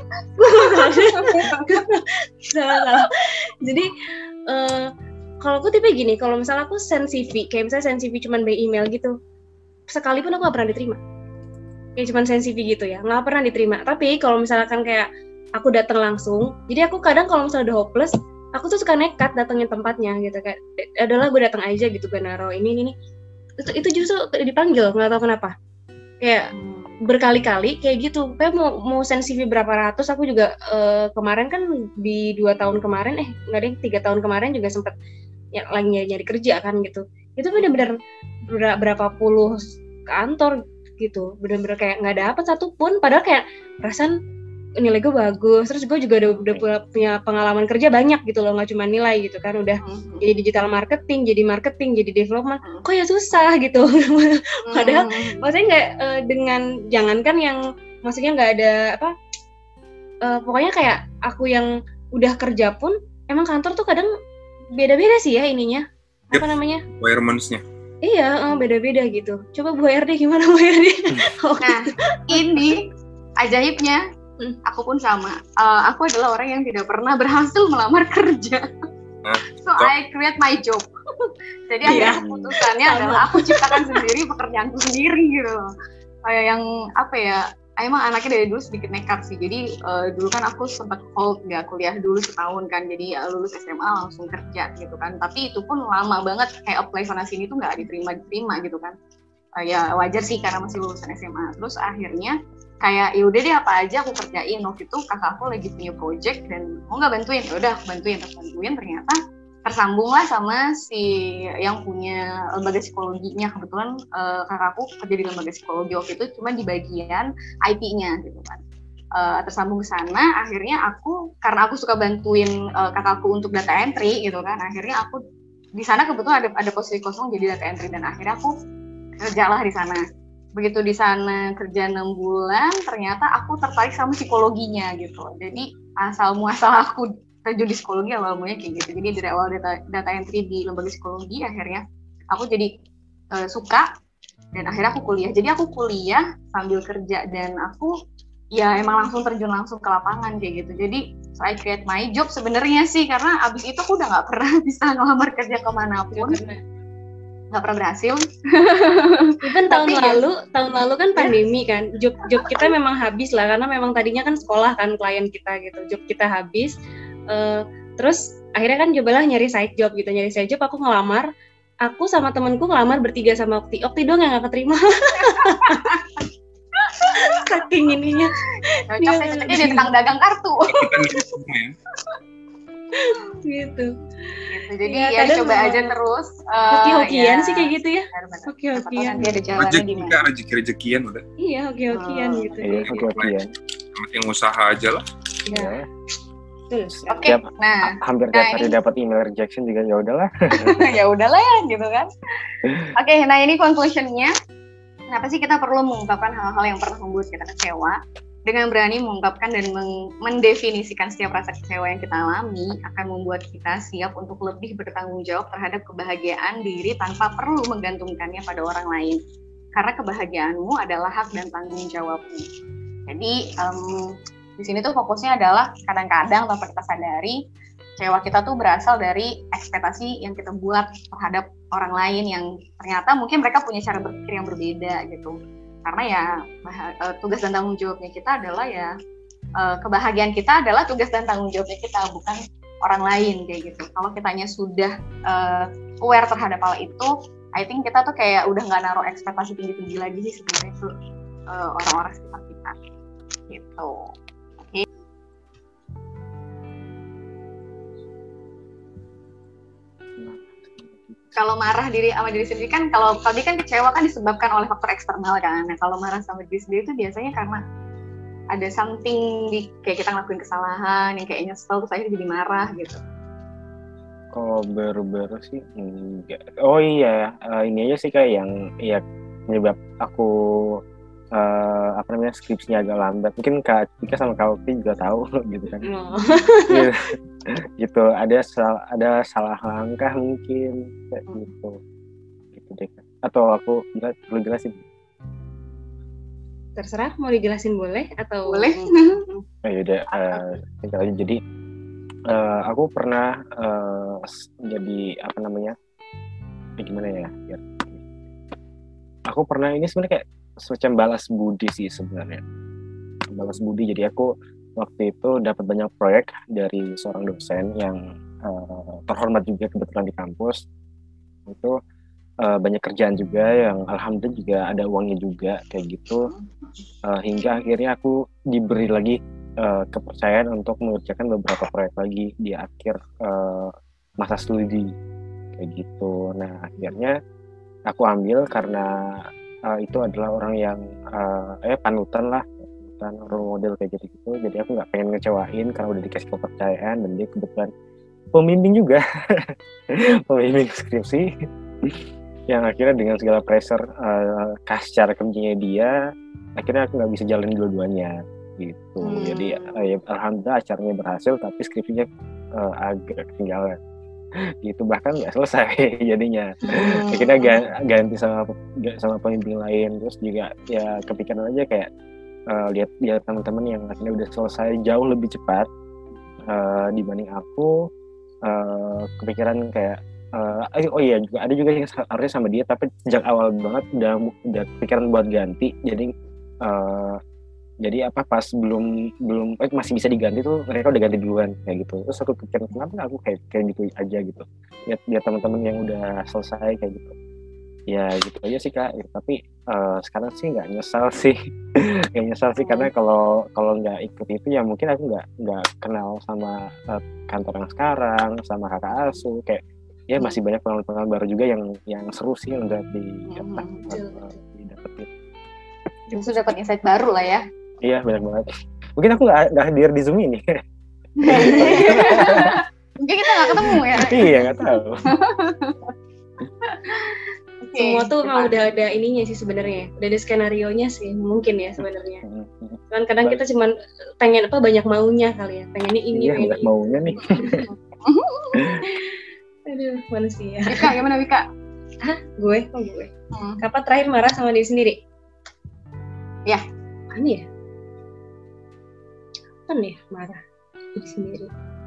Salah-salah. Jadi, uh, kalau aku tipe gini, kalau misalnya aku send C V, kayak misalnya send C V cuma by email gitu, sekalipun aku gak pernah diterima. Kayak cuma send C V gitu ya, nggak pernah diterima. Tapi kalau misalkan kayak aku datang langsung, jadi aku kadang kalau misalnya udah hopeless, aku tuh suka nekat datengin tempatnya gitu, kayak adalah gue datang aja gitu, gue naro ini ini, ini. Itu, itu justru dipanggil, nggak tahu kenapa. Kayak berkali-kali kayak gitu. Kayak mau mau send C V berapa ratus, aku juga uh, kemarin kan di dua tahun kemarin, eh nggak deh, tiga tahun kemarin juga sempet ya, lagi nyari, nyari kerja kan gitu. Itu bener-bener berapa puluh kantor gitu, bener-bener kayak nggak dapet satupun, padahal kayak perasaan nilai gue bagus, terus gue juga udah, udah punya pengalaman kerja banyak gitu loh, nggak cuma nilai gitu kan, udah Hmm, jadi digital marketing, jadi marketing, jadi development, Hmm. kok ya susah gitu. Padahal hmm, maksudnya nggak uh, dengan jangankan yang maksudnya nggak ada apa, uh, pokoknya kayak aku yang udah kerja pun emang kantor tuh kadang beda-beda sih ya ininya, apa Yep. namanya? Requirements-nya. Iya, uh, beda-beda gitu. Coba Bu R D gimana Bu R D? Oh, Nah, ini ajaibnya, Hmm. aku pun sama. Uh, aku adalah orang yang tidak pernah berhasil melamar kerja. Nah, So I create my job. Jadi Iya. akhirnya keputusannya Sama. adalah aku ciptakan sendiri pekerjaanku sendiri gitu loh. Kayak yang apa ya? Emang anaknya dari dulu sedikit nekat sih. Jadi uh, dulu kan aku sempat hold nggak kuliah dulu setahun kan. Jadi uh, lulus S M A langsung kerja gitu kan. Tapi itu pun lama banget, kayak apply sana sini tuh nggak diterima diterima gitu kan. Uh, ya wajar sih karena masih lulusan S M A. Terus akhirnya kayak ya udah deh apa aja aku kerjain. Waktu itu kakak aku lagi punya project dan mau nggak bantuin, ya udah aku bantuin, terus bantuin ternyata tersambung lah sama si yang punya lembaga psikologinya. Kebetulan uh, kakakku kerja di lembaga psikologi waktu itu, cuma di bagian I T-nya gitu kan. Uh, tersambung ke sana, akhirnya aku karena aku suka bantuin uh, kakakku untuk data entry gitu kan, akhirnya aku di sana kebetulan ada ada posisi kosong jadi data entry dan akhirnya aku kerjalah di sana. Begitu di sana kerja enam bulan, ternyata aku tertarik sama psikologinya gitu. Jadi asal muasal aku terjun di psikologi awal mulanya kayak gitu. Jadi dari awal data, data entry di lembaga psikologi, akhirnya aku jadi uh, suka dan akhirnya aku kuliah. Jadi aku kuliah sambil kerja dan aku ya emang langsung terjun langsung ke lapangan kayak gitu. Jadi so I create my job sebenarnya sih, karena abis itu aku udah nggak pernah bisa ngelamar kerja kemanapun. Nggak pernah berhasil. Even tahun Tapi ya- lalu, tahun lalu kan pandemi kan, job job kita memang habis lah, karena memang tadinya kan sekolah kan klien kita gitu, job kita habis. Uh, terus akhirnya kan cobalah nyari side job gitu, nyari side job aku ngelamar, aku sama temenku ngelamar bertiga sama Okti, Okti doang yang nggak keterima. Saking ininya. Cocok saya cocoknya di tukang dagang kartu. Kita nih semua ya. Gitu. Gitu. Jadi Iya, ya kadang coba memang aja terus. uh, Hoki-hokian ya, sih kayak gitu ya. benar-benar. Hoki-hokian. Siapa tahu nanti ada jalannya Rezeki di mana. Kak, rezeki-rezekian udah. Iya, hoki-hokian Oh, gitu. Iya, deh. hoki-hokian. Yang penting usaha aja lah. Iya. Ya, Betul. Oke, Tiap- nah hampir Nah, tiap hari ini- dapat email rejection juga ya udahlah. ya udahlah ya gitu kan. Oke, nah ini conclusion-nya. Kenapa sih kita perlu mengungkapkan hal-hal yang pernah membuat kita kecewa? Dengan berani mengungkapkan dan meng- mendefinisikan setiap rasa kecewa yang kita alami akan membuat kita siap untuk lebih bertanggung jawab terhadap kebahagiaan diri tanpa perlu menggantungkannya pada orang lain. Karena kebahagiaanmu adalah hak dan tanggung jawabmu. Jadi um, di sini tuh fokusnya adalah kadang-kadang tanpa kita sadari kecewa kita tuh berasal dari ekspektasi yang kita buat terhadap orang lain yang ternyata mungkin mereka punya cara berpikir yang berbeda gitu. Karena ya bah- uh, tugas dan tanggung jawabnya kita adalah ya uh, kebahagiaan kita adalah tugas dan tanggung jawabnya kita, bukan orang lain kayak gitu. Kalau kitanya sudah uh, aware terhadap hal itu, I think kita tuh kayak udah nggak naruh ekspektasi tinggi-tinggi lagi sih sebenarnya tuh uh, orang-orang sekitar kita gitu. Okay. Kalau marah diri sama diri sendiri kan, kalau tadi kan kecewa kan disebabkan oleh faktor eksternal kan. Nah kalau marah sama diri sendiri itu biasanya karena ada something di kayak kita ngelakuin kesalahan yang kayak nyesel terus akhirnya jadi marah gitu. Kalau baru-baru sih enggak. Oh iya, uh, ini aja sih kayak yang ya penyebab aku uh, apa namanya skripsinya agak lambat. Mungkin Kak Tika sama Kak Oki juga tahu gitu kan. Oh. gitu, gitu. Ada sal- ada salah langkah mungkin kayak gitu. Gitu deh. Atau aku jelas, perlu jelasin. Terserah, mau dijelasin boleh atau boleh. Oh, yaudah, uh, aja. Jadi uh, aku pernah uh, jadi apa namanya? Eh, gimana ya? Biar aku pernah ini sebenarnya kayak semacam balas budi sih sebenarnya. Balas budi. Jadi aku waktu itu dapat banyak proyek dari seorang dosen yang uh, terhormat juga kebetulan di kampus. Itu Uh, banyak kerjaan juga yang alhamdulillah juga ada uangnya juga kayak gitu, uh, hingga akhirnya aku diberi lagi uh, kepercayaan untuk mengerjakan beberapa proyek lagi di akhir uh, masa studi kayak gitu. Nah akhirnya aku ambil karena uh, itu adalah orang yang uh, eh panutan lah, panutan role model kayak gitu-gitu. Jadi aku nggak pengen ngecewain karena udah dikasih kepercayaan dan dia kebetulan pembimbing juga, pembimbing skripsi. Yang akhirnya dengan segala pressure uh, secara kerjanya dia, akhirnya aku nggak bisa jalanin dua-duanya gitu. Hmm. Jadi uh, ya, alhamdulillah acaranya berhasil, tapi skripsinya uh, agak ketinggalan gitu, bahkan nggak selesai jadinya. Hmm. Akhirnya ganti sama sama pembimbing lain, terus juga ya kepikiran aja kayak uh, lihat lihat teman-teman yang akhirnya udah selesai jauh lebih cepat uh, dibanding aku, uh, kepikiran kayak Uh, oh iya juga ada juga yang harusnya sama dia tapi sejak awal banget udah udah pikiran buat ganti, jadi uh, jadi apa pas belum belum eh, masih bisa diganti tuh mereka udah ganti duluan kayak gitu. Terus aku pikiran kenapa aku kayak kayak gitu aja gitu, lihat lihat teman-teman yang udah selesai kayak gitu ya, gitu aja sih Kak. Ya, tapi uh, sekarang sih nggak nyesal sih nggak nyesal sih karena kalau kalau nggak ikut itu ya mungkin aku nggak nggak kenal sama uh, kantor yang sekarang, sama kakak asuh, kayak ya masih banyak pengalaman-pengalaman baru juga yang yang seru sih yang udah didapat hmm, didapetin. Justru dapat insight baru lah ya. Iya banyak banget. Mungkin aku nggak nggak hadir di Zoom ini. Mungkin kita nggak ketemu ya. Iya nggak tahu. Okay, semua tuh memang udah ada ininya sih sebenarnya, udah ada skenario-nya sih mungkin ya sebenarnya. Kan kadang kita cuman pengen apa banyak maunya kali ya, pengennya ini. Iya banyak maunya nih. Aduh, manusia. Wika, gimana Wika? Hah? Gue? Oh gue. Hmm. Kapan terakhir marah sama diri sendiri? Ya. Kapan ya? Kapan ya marah diri sendiri?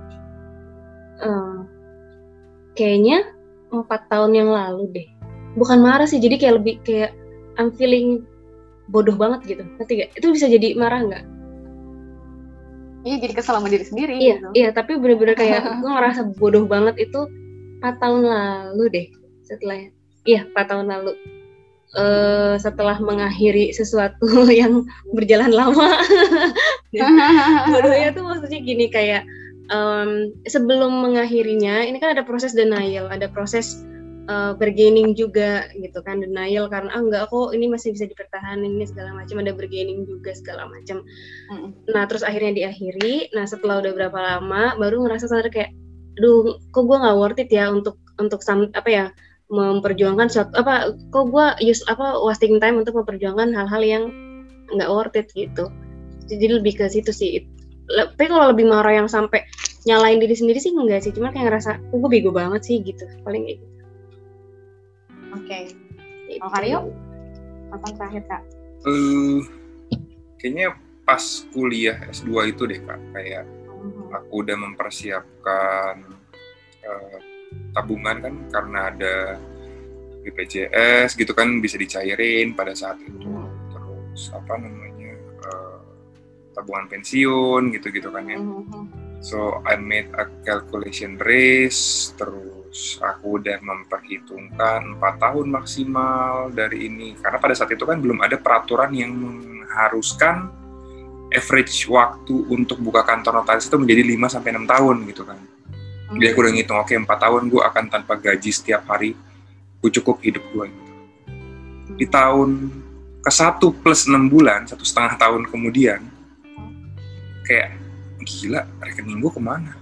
Uh, kayaknya empat tahun yang lalu deh. Bukan marah sih, jadi kayak lebih kayak I'm feeling bodoh banget gitu. Ngerti gak? Itu bisa jadi marah nggak? Iya, jadi kesel sama diri sendiri. Iya, gitu. Iya, tapi bener-bener kayak gue ngerasa bodoh banget itu empat tahun lalu deh, setelah iya empat tahun lalu uh, setelah mengakhiri sesuatu yang berjalan lama. Bodohnya tuh maksudnya gini kayak um, sebelum mengakhirinya ini kan ada proses denial, ada proses uh, bergaining juga gitu kan, denial karena ah enggak kok ini masih bisa dipertahankan ini segala macam, ada bergaining juga segala macam. Mm. Nah terus akhirnya diakhiri, nah setelah udah berapa lama baru ngerasa sadar kayak aduh, kok gue nggak worth it ya untuk untuk sam, apa ya memperjuangkan suatu apa, kok gue use apa wasting time untuk memperjuangkan hal-hal yang nggak worth it gitu. Jadi lebih ke situ sih. Tapi kalau lebih marah yang sampai nyalain diri sendiri sih enggak sih, cuma kayak ngerasa, kok gue bego banget sih gitu, paling kayak gitu. Oke. Okay. Kalau Karyo, kapan terakhir Kak? Uh, kayaknya pas kuliah S dua itu deh Kak, kayak aku udah mempersiapkan uh, tabungan kan karena ada B P J S gitu kan bisa dicairin pada saat itu, terus apa namanya uh, tabungan pensiun gitu-gitu kan ya. So I made a calculation race, terus aku udah memperhitungkan empat tahun maksimal dari ini. Karena pada saat itu kan belum ada peraturan yang mengharuskan average waktu untuk buka kantor notaris itu menjadi lima sampai enam tahun gitu kan. Jadi aku udah ngitung, oke okay, empat tahun gue akan tanpa gaji setiap hari, gue cukup hidup gue gitu. Di tahun ke satu plus enam bulan, satu setengah tahun kemudian, kayak gila, rekening gue kemana?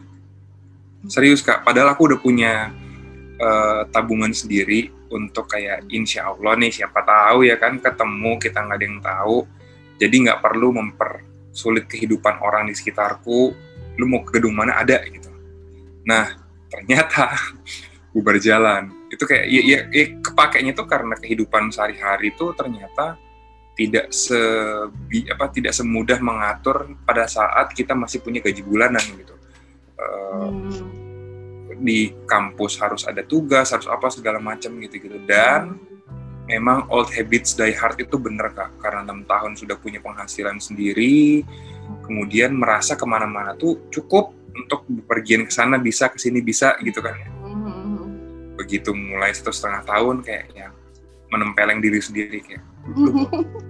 Serius Kak, padahal aku udah punya uh, tabungan sendiri untuk kayak insya Allah nih, siapa tahu ya kan, ketemu kita nggak ada yang tahu, jadi nggak perlu mempersulit kehidupan orang di sekitarku, lu mau ke gedung mana ada gitu. Nah, ternyata gue berjalan. Itu kayak, ya, ya, ya kepakainya tuh karena kehidupan sehari-hari tuh ternyata tidak se apa tidak semudah mengatur pada saat kita masih punya gaji bulanan gitu. Uh, hmm. Di kampus harus ada tugas, harus apa segala macam gitu-gitu. Dan memang old habits die hard itu bener Kak, karena enam tahun sudah punya penghasilan sendiri, kemudian merasa kemana-mana tuh cukup untuk bepergian ke sana, bisa ke sini bisa gitu kan ya. Begitu mulai satu setengah tahun kayak yang menempeleng diri sendiri kayak lu,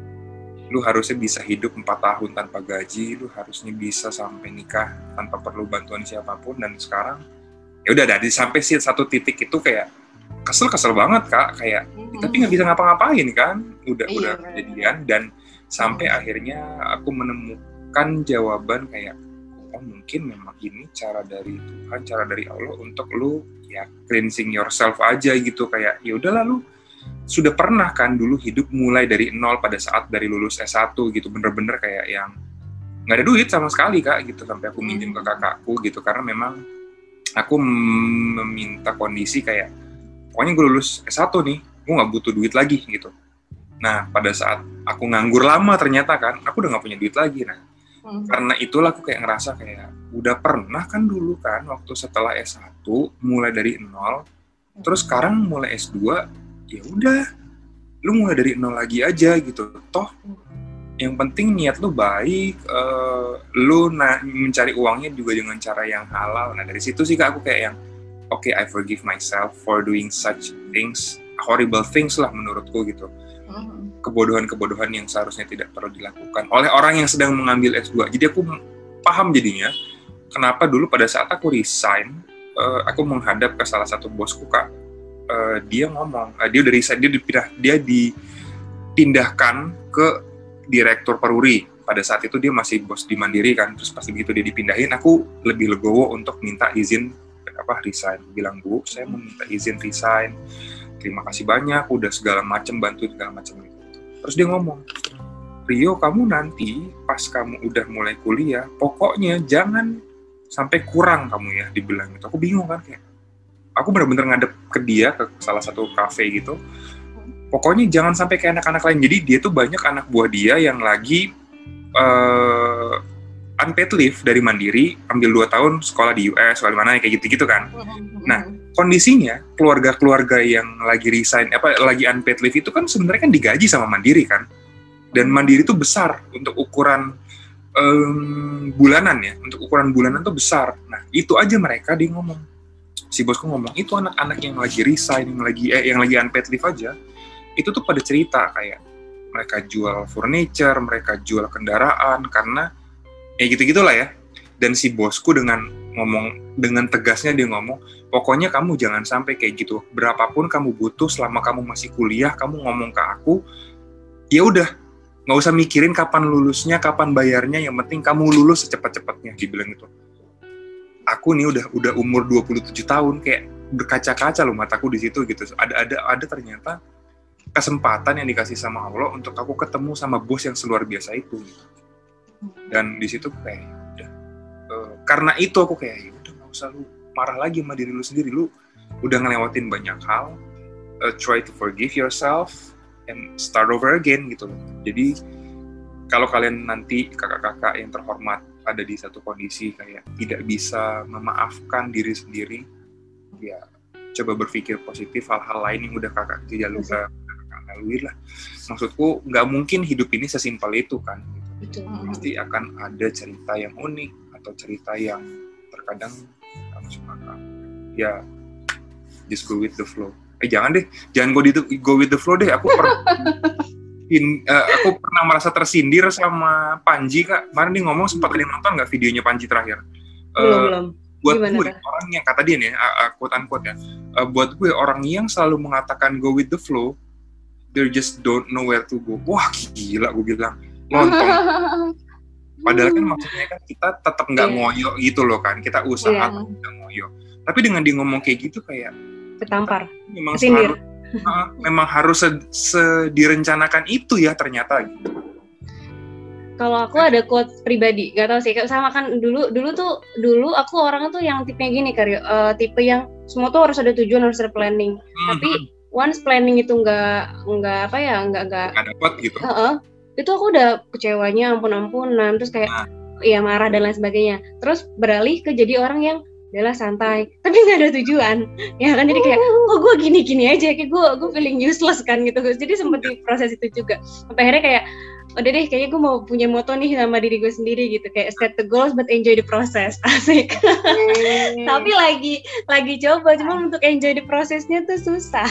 lu harusnya bisa hidup empat tahun tanpa gaji, lu harusnya bisa sampai nikah tanpa perlu bantuan siapapun, dan sekarang ya udah dari sampai sih satu titik itu kayak kesel-kesel banget Kak, kayak mm-hmm. tapi nggak bisa ngapa-ngapain kan, udah iya, udah kejadian, dan sampai mm-hmm. akhirnya aku menemukan jawaban kayak oh mungkin memang ini cara dari Tuhan, cara dari Allah untuk lu ya cleansing yourself aja gitu, kayak ya udahlah lu sudah pernah kan dulu hidup mulai dari nol pada saat dari lulus S satu gitu, bener-bener kayak yang nggak ada duit sama sekali Kak gitu, sampai aku minjem ke kakakku gitu, karena memang aku meminta kondisi kayak pokoknya gue lulus S satu nih, gue nggak butuh duit lagi gitu. Nah pada saat aku nganggur lama ternyata kan aku udah nggak punya duit lagi. Nah Hmm. karena itulah aku kayak ngerasa kayak udah pernah kan dulu kan waktu setelah S satu mulai dari nol, hmm. terus sekarang mulai S dua ya udah lu mulai dari nol lagi aja gitu, toh hmm. yang penting niat lu baik, uh, lu na- mencari uangnya juga dengan cara yang halal. Nah dari situ sih Kak aku kayak yang oke okay, I forgive myself for doing such things, horrible things lah menurutku gitu. hmm. Kebodohan-kebodohan yang seharusnya tidak perlu dilakukan oleh orang yang sedang mengambil S dua. Jadi aku paham jadinya kenapa dulu pada saat aku resign, uh, aku menghadap ke salah satu bosku Kak, uh, dia ngomong, uh, dia udah resign, dia dipindah, dia dipindahkan ke direktur Peruri. Pada saat itu dia masih bos di Mandiri kan, terus pas begitu dia dipindahin, aku lebih legowo untuk minta izin apa resign. Bilang Bu, saya mau minta izin resign. Terima kasih banyak, udah segala macam bantu segala macam. Terus dia ngomong, Rio kamu nanti pas kamu udah mulai kuliah, pokoknya jangan sampai kurang kamu ya, dibilang gitu. Aku bingung kan kayak, aku benar-benar ngadep ke dia ke salah satu kafe gitu. Pokoknya jangan sampai kayak anak-anak lain. Jadi dia tuh banyak anak buah dia yang lagi uh, unpaid leave dari Mandiri, ambil dua tahun sekolah di U S, sekolah di mana kayak gitu-gitu kan. Nah, kondisinya keluarga-keluarga yang lagi resign apa lagi unpaid leave itu kan sebenarnya kan digaji sama Mandiri kan, dan Mandiri itu besar untuk ukuran um, bulanan ya, untuk ukuran bulanan tuh besar. Nah itu aja mereka dia ngomong, si bosku ngomong itu anak-anak yang lagi resign, yang lagi eh yang lagi unpaid leave aja itu tuh pada cerita kayak mereka jual furniture, mereka jual kendaraan karena ya gitu-gitulah ya. Dan si bosku dengan ngomong, dengan tegasnya dia ngomong, pokoknya kamu jangan sampai kayak gitu. Berapapun kamu butuh selama kamu masih kuliah, kamu ngomong ke aku, ya udah, nggak usah mikirin kapan lulusnya, kapan bayarnya, yang penting kamu lulus secepat-cepatnya, dibilang gitu. Aku nih udah udah umur dua puluh tujuh tahun, kayak berkaca-kaca loh mataku di situ gitu. Ada ada ada ternyata kesempatan yang dikasih sama Allah untuk aku ketemu sama bos yang seluar biasa itu. Gitu. Dan di situ kayak karena itu aku kayak ya udah nggak usah lu marah lagi sama diri lu sendiri, lu udah ngelewatin banyak hal, uh, try to forgive yourself and start over again gitu loh. Jadi kalau kalian nanti kakak-kakak yang terhormat ada di satu kondisi kayak tidak bisa memaafkan diri sendiri, ya coba berpikir positif, hal-hal lain yang udah kakak tidak lupa kakak lalui lah. Maksudku nggak mungkin hidup ini sesimpel itu kan gitu. Pasti akan ada cerita yang unik atau cerita yang terkadang nggak masuk akal. Ya, just go with the flow. Eh jangan deh, jangan go, di, go with the flow deh. Aku pernah in, uh, aku pernah merasa tersindir sama Panji kak. Kemarin dia ngomong, sempat ada yang nonton nggak videonya Panji terakhir? Belum, Uh, belum. buat Gimana, gue Kak? orang yang kata dia nih, uh, quote unquote ya, uh, buat gue orang yang selalu mengatakan go with the flow, they just don't know where to go. Wah gila, gue bilang lontong. Padahal kan maksudnya kan kita tetap nggak Iya. ngoyo gitu loh kan, kita usaha Iya. tapi nggak ngoyo. Tapi dengan dia ngomong kayak gitu kayak Ketampar. memang Kesindir. harus, uh, memang harus se- sedirencanakan itu ya ternyata. Gitu. Kalau aku ada quote pribadi, gak tau sih, sama kan dulu dulu tuh dulu aku orang tuh yang tipenya gini Karyo, uh, tipe yang semua tuh harus ada tujuan, harus ada planning. Hmm, Tapi once planning itu nggak nggak apa ya nggak nggak nggak dapat gitu. Heeh. Itu aku udah kecewanya ampun-ampunan, terus kayak Nah. ya marah dan lain sebagainya. Terus beralih ke jadi orang yang adalah santai, tapi nggak ada tujuan, ya kan? Jadi kayak, oh gue gini-gini aja, kayak gue gue feeling useless kan gitu. Jadi sempet di proses itu juga. Sampai akhirnya kayak, udah deh, kayaknya gue mau punya moto nih sama diri gue sendiri gitu, kayak set the goals but enjoy the process, asik. Tapi lagi lagi coba, cuma untuk enjoy the prosesnya tuh susah.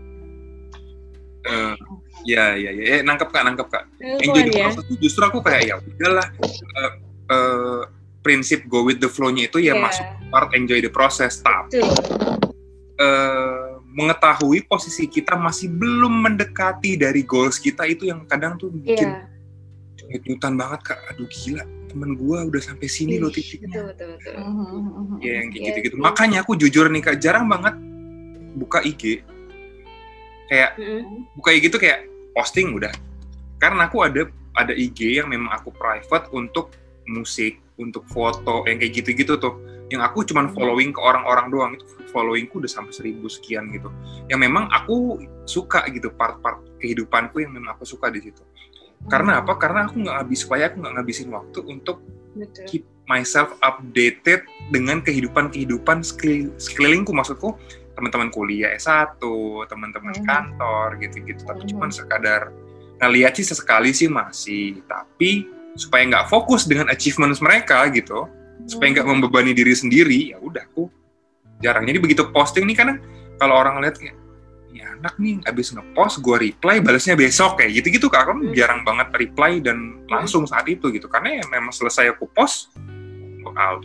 Uh, ya ya ya, eh, nangkep kak, nangkep kak. Yang Luan jadi ya. proses itu justru aku kayak ya udahlah, uh, uh, prinsip go with the flow-nya itu ya Iya. masuk part enjoy the process. Tapi Betul. uh, mengetahui posisi kita masih belum mendekati dari goals kita itu yang kadang tuh bikin Iya. nyutan banget kak. Aduh gila, temen gua udah sampai sini loh titiknya. Betul betul betul. Ya yang kayak Iya gitu-gitu. sih. Makanya aku jujur nih kak, jarang banget buka I G. Kayak Mm-mm. buka I G tuh kayak posting udah. Karena aku ada ada I G yang memang aku private untuk musik, untuk foto, yang kayak gitu-gitu tuh. Yang aku cuman following ke orang-orang doang, itu followingku udah sampai seribu sekian gitu. Yang memang aku suka gitu, part-part kehidupanku yang memang aku suka di situ. Karena apa? Karena aku nggak habis, supaya aku nggak ngabisin waktu untuk Betul. keep myself updated dengan kehidupan-kehidupan sekeli- sekelilingku. Maksudku teman-teman kuliah S satu, teman-teman Mhm. kantor gitu-gitu. Tapi Mhm. cuman sekadar ngeliat sih sesekali sih masih. Tapi supaya nggak fokus dengan achievements mereka gitu, supaya nggak membebani diri sendiri, ya udah aku jarang. Jadi begitu posting nih, karena kalau orang lihat kayak ya anak nih abis ngepost, gue reply, balasnya besok kayak gitu-gitu kak. Aku Hmm. jarang banget reply dan langsung saat itu gitu, karena ya memang selesai aku post, look out.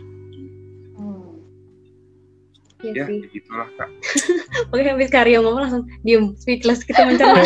Iya Ya, sih. begitulah kak. Oke, habis Karyo ngomong langsung diem, speechless, kita mencerna.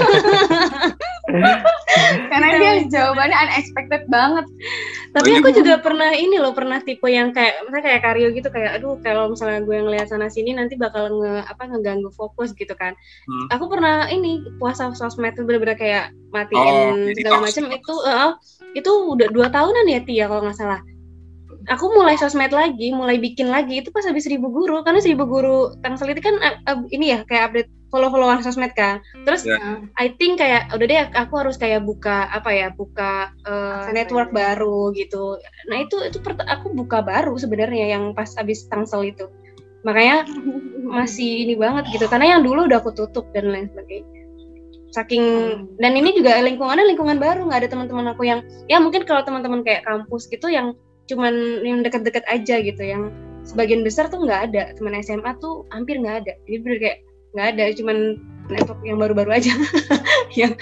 Karena dia jawabannya unexpected banget. Tapi Oh, aku iya. juga pernah ini loh, pernah tipe yang kayak, misalnya kayak Karyo gitu, kayak aduh kalau misalnya gue ngeliat sana sini nanti bakal nge apa ngeganggu fokus gitu kan. Hmm. Aku pernah ini puasa sosmed tuh bener-bener kayak Oh, matiin jadi segala toxic. macam itu, eh, itu udah dua tahunan ya Tia kalau nggak salah. Aku mulai sosmed lagi, mulai bikin lagi itu pas habis seribu guru, karena seribu guru Tangsel itu kan uh, uh, ini ya kayak update follow-followan sosmed kan. Terus Ya. I think kayak udah deh aku harus kayak buka apa ya, buka uh, Akses network baru. baru gitu. Nah itu itu pert- aku buka baru sebenarnya yang pas habis Tangsel itu. Makanya masih ini banget gitu, karena yang dulu udah aku tutup dan lain sebagainya. Saking dan ini juga lingkungannya lingkungan baru, nggak ada teman-teman aku yang ya mungkin kalau teman-teman kayak kampus gitu yang cuman yang dekat-dekat aja gitu, yang sebagian besar tuh nggak ada, teman S M A tuh hampir nggak ada, jadi bener kayak nggak ada, cuman network yang baru-baru aja, yang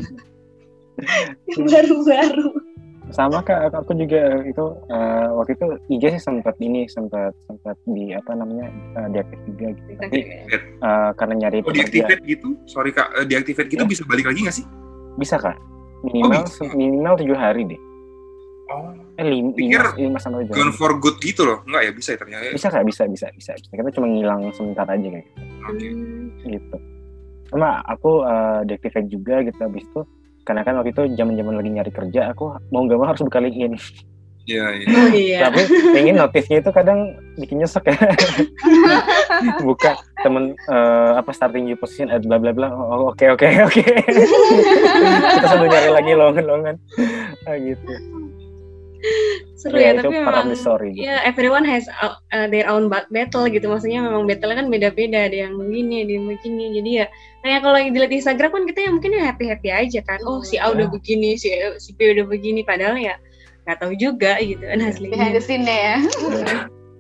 yang baru-baru. Sama kak, aku juga itu uh, waktu itu I G sih sempat ini sempat sempat di apa namanya uh, deactivate juga gitu. Tapi uh, karena nyari Oh, pekerjaan deactivate gitu? Sorry kak, uh, deactivate gitu Ya. bisa balik lagi nggak sih? bisa kak, minimal bisa. minimal tujuh hari deh. Oh, Eh lim- Pikir lima, lima sampai tujuh gone hari. for good gitu loh? Nggak ya, bisa ya ternyata. Bisa kak, bisa bisa bisa. bisa. Kita cuma ngilang sebentar aja kayak gitu. Oke. gitu. Sama aku uh, deactivate juga gitu habis itu, karena kan waktu itu zaman-zaman lagi nyari kerja, aku mau nggak mau harus buka LinkedIn. Iya, iya. Oh iya. Tapi pengen notifnya itu kadang bikin nyesek ya. Buka temen uh, apa starting new position at bla bla bla. Oh oke oke oke. Kita sambil nyari lagi lowongan-lowongan. Ah, gitu. Seru Ya, ya, itu tapi part of memang the story gitu. ya everyone has uh, uh, their own ba- battle gitu, maksudnya memang battle kan beda-beda, ada yang begini, ada yang begini, jadi ya kayak kalau lagi dilihat di Instagram kan kita ya mungkin ya happy-happy aja kan, oh si A udah begini, si, si B udah begini, padahal ya nggak tahu juga gitu kan Behind aslinya. the scene ya.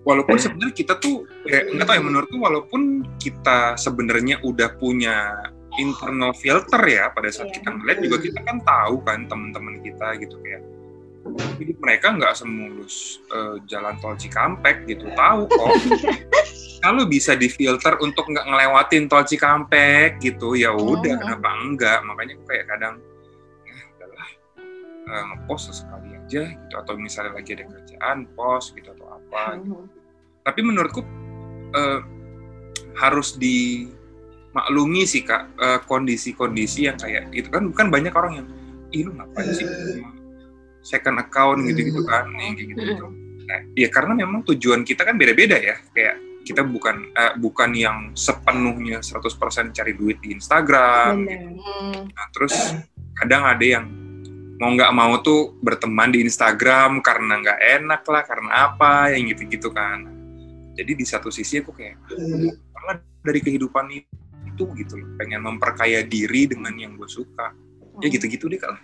walaupun sebenarnya kita tuh ya, nggak tahu ya, menurutku walaupun kita sebenarnya udah punya internal filter ya pada saat Iya. kita ngeliat juga kita kan tahu kan teman-teman kita gitu kayak jadi mereka nggak semulus uh, jalan tol Cikampek gitu, tahu kok. Kalau bisa difilter untuk nggak ngelewatin tol Cikampek gitu, ya udah Hmm. kenapa enggak? Makanya aku kayak kadang ya udahlah uh, ngepost sesekali aja gitu, atau misalnya lagi ada kerjaan post gitu atau apa. Gitu. Tapi menurutku uh, harus dimaklumi sih Kak uh, kondisi-kondisi yang kayak gitu kan, bukan banyak orang yang ih lu ngapain sih second account gitu-gitu kan, nih kayak gitu-gitu. Nah, ya karena memang tujuan kita kan beda-beda ya, kayak kita bukan uh, bukan yang sepenuhnya seratus persen cari duit di Instagram. Benar. Hmm. Nah, terus kadang ada yang mau nggak mau tuh berteman di Instagram karena nggak enak lah, karena apa, yang gitu-gitu kan. Jadi di satu sisi aku kayak, karena dari kehidupan itu gitu loh, pengen memperkaya diri dengan yang gue suka. Ya gitu-gitu deh Kak.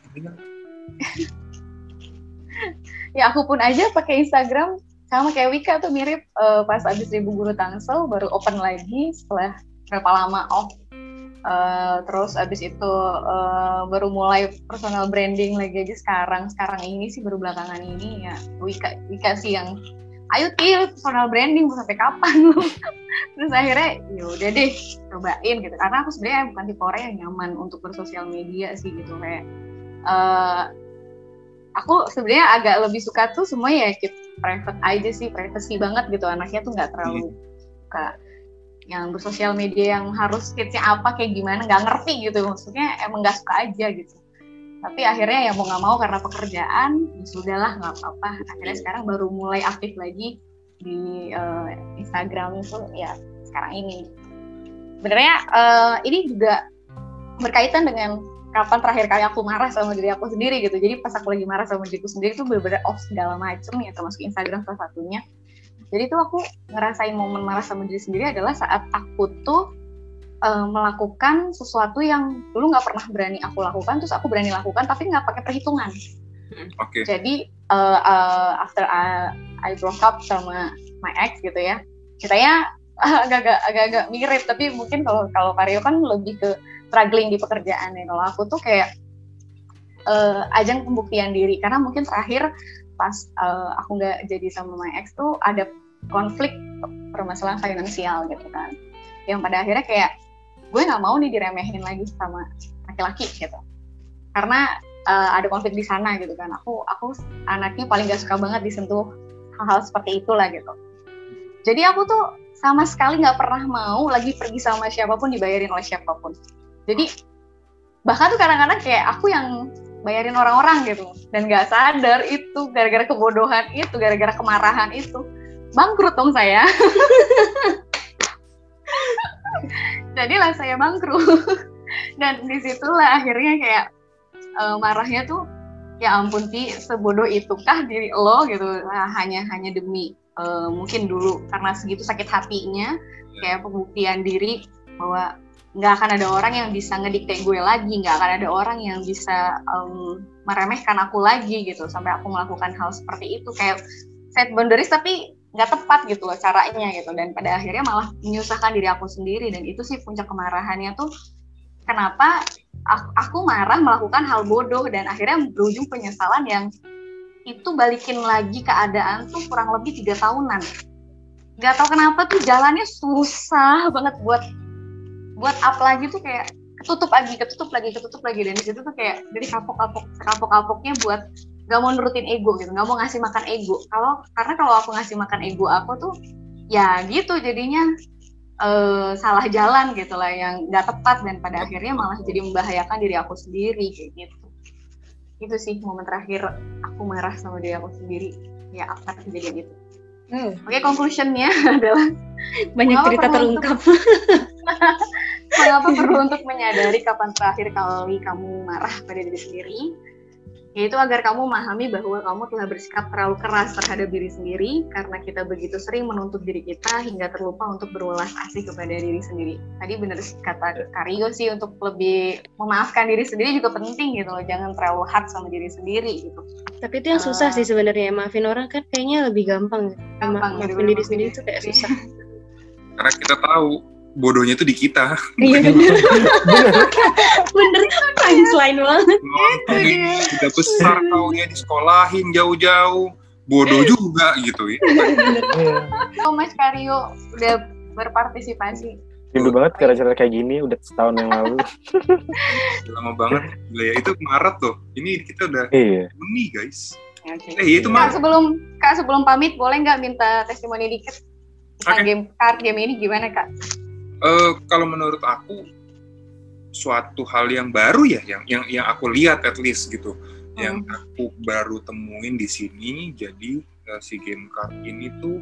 Ya aku pun aja pakai Instagram sama kayak Wika tuh mirip, uh, pas abis Ribu Guru Tangsel baru open lagi setelah berapa lama off. Uh, terus abis itu uh, baru mulai personal branding lagi aja sekarang sekarang ini sih baru belakangan ini ya Wika Wika sih yang ayo Til personal branding mau sampai kapan lu. Terus akhirnya ya udah deh cobain gitu, karena aku sebenarnya bukan tipe orang yang nyaman untuk bersosial media sih gitu, kayak uh, aku sebenarnya agak lebih suka tuh semua ya keep private aja sih, privacy banget gitu, anaknya tuh nggak terlalu suka yang bersosial media yang harus skitsnya apa kayak gimana, nggak ngerti gitu, maksudnya emang nggak suka aja gitu. Tapi akhirnya ya mau nggak mau karena pekerjaan ya sudahlah nggak apa-apa, akhirnya sekarang baru mulai aktif lagi di uh, Instagram itu ya sekarang ini. Sebenarnya uh, ini juga berkaitan dengan kapan terakhir kali aku marah sama diri aku sendiri gitu. Jadi pas aku lagi marah sama diriku sendiri tuh bener-bener off segala macem ya, termasuk Instagram salah satunya. Jadi tuh aku ngerasain momen marah sama diri sendiri adalah saat aku tuh uh, melakukan sesuatu yang dulu nggak pernah berani aku lakukan, terus aku berani lakukan tapi nggak pakai perhitungan. Oke. Okay. Jadi uh, uh, after I, I broke up sama my ex gitu ya, ceritanya agak-agak agak-agak mirip, tapi mungkin kalau kalau Karyo kan lebih ke struggling di pekerjaan ya. Kalau aku tuh kayak uh, ajang pembuktian diri, karena mungkin terakhir pas uh, aku nggak jadi sama my ex tuh ada konflik permasalahan finansial gitu kan, yang pada akhirnya kayak gue nggak mau nih diremehin lagi sama laki-laki gitu, karena uh, ada konflik di sana gitu kan. Aku aku anaknya paling nggak suka banget disentuh hal-hal seperti itulah gitu. Jadi aku tuh sama sekali nggak pernah mau lagi pergi sama siapapun dibayarin oleh siapapun. Jadi bahkan tuh kadang-kadang kayak aku yang bayarin orang-orang gitu, dan nggak sadar itu gara-gara kebodohan itu, gara-gara kemarahan itu bangkrut dong saya. Jadilah saya bangkrut. Dan disitulah akhirnya kayak uh, marahnya tuh ya ampun Ti, sebodoh itukah diri lo gitu, nah, hanya hanya demi uh, mungkin dulu karena segitu sakit hatinya kayak pembuktian diri bahwa nggak akan ada orang yang bisa ngedikte gue lagi, nggak akan ada orang yang bisa um, meremehkan aku lagi gitu, sampai aku melakukan hal seperti itu, kayak set boundaries tapi nggak tepat gitu loh caranya gitu, dan pada akhirnya malah menyusahkan diri aku sendiri. Dan itu sih puncak kemarahannya tuh, kenapa aku, aku marah melakukan hal bodoh dan akhirnya berujung penyesalan yang itu balikin lagi keadaan tuh kurang lebih tiga tahunan. Nggak tahu kenapa tuh jalannya susah banget buat buat up lagi tuh, kayak ketutup lagi, ketutup lagi, ketutup lagi. Dan di situ tuh kayak dari kapok-kapok, kapok-kapoknya buat gak mau nurutin ego gitu, gak mau ngasih makan ego. Kalau karena kalau aku ngasih makan ego aku tuh, ya gitu jadinya uh, salah jalan gitu lah, yang gak tepat, dan pada akhirnya malah jadi membahayakan diri aku sendiri kayak gitu. Itu sih momen terakhir aku marah sama diri aku sendiri, ya after kejadian itu. Hmm. Oke, okay, conclusion-nya adalah banyak cerita terungkap. Mengapa perlu untuk menyadari kapan terakhir kali kamu marah pada diri sendiri? Yaitu agar kamu memahami bahwa kamu telah bersikap terlalu keras terhadap diri sendiri karena kita begitu sering menuntut diri kita hingga terlupa untuk berwelas asih kepada diri sendiri. Tadi benar kata Karyo sih, untuk lebih memaafkan diri sendiri juga penting gitu loh. Jangan terlalu hard sama diri sendiri gitu. Tapi itu yang susah uh, sih sebenarnya. Maafin orang kan kayaknya lebih gampang. Gampang. Ma- maafin diri sendiri itu kayak susah. Karena kita tahu bodohnya itu di kita. Iya bener. Bener, punchline banget. Udah besar taunya di sekolahin jauh-jauh, bodoh juga gitu ya. Oh, Mas Karyo udah berpartisipasi. Rindu banget cara-cara kayak gini, udah setahun yang lalu. Lama banget. Gila ya, itu Maret tuh. Ini kita udah iya. Juni guys. Okay. Eh itu Kak, sebelum Kak sebelum pamit boleh nggak minta testimoni dikit tentang okay. game card game ini gimana Kak? Uh, kalau menurut aku suatu hal yang baru ya, yang yang yang aku lihat at least gitu, hmm. yang aku baru temuin di sini. Jadi uh, si game card ini tuh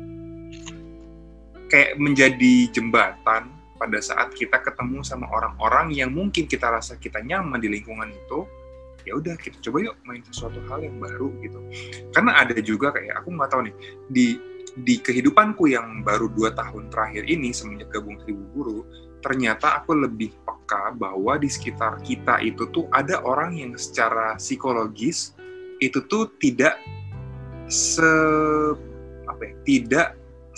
kayak menjadi jembatan pada saat kita ketemu sama orang-orang yang mungkin kita rasa kita nyaman di lingkungan itu. Ya udah kita coba yuk main sesuatu hal yang baru gitu. Karena ada juga kayak aku nggak tahu nih di di kehidupanku yang baru dua tahun terakhir ini semenjak gabung Seribu Guru, ternyata aku lebih peka bahwa di sekitar kita itu tuh ada orang yang secara psikologis itu tuh tidak se apa ya, tidak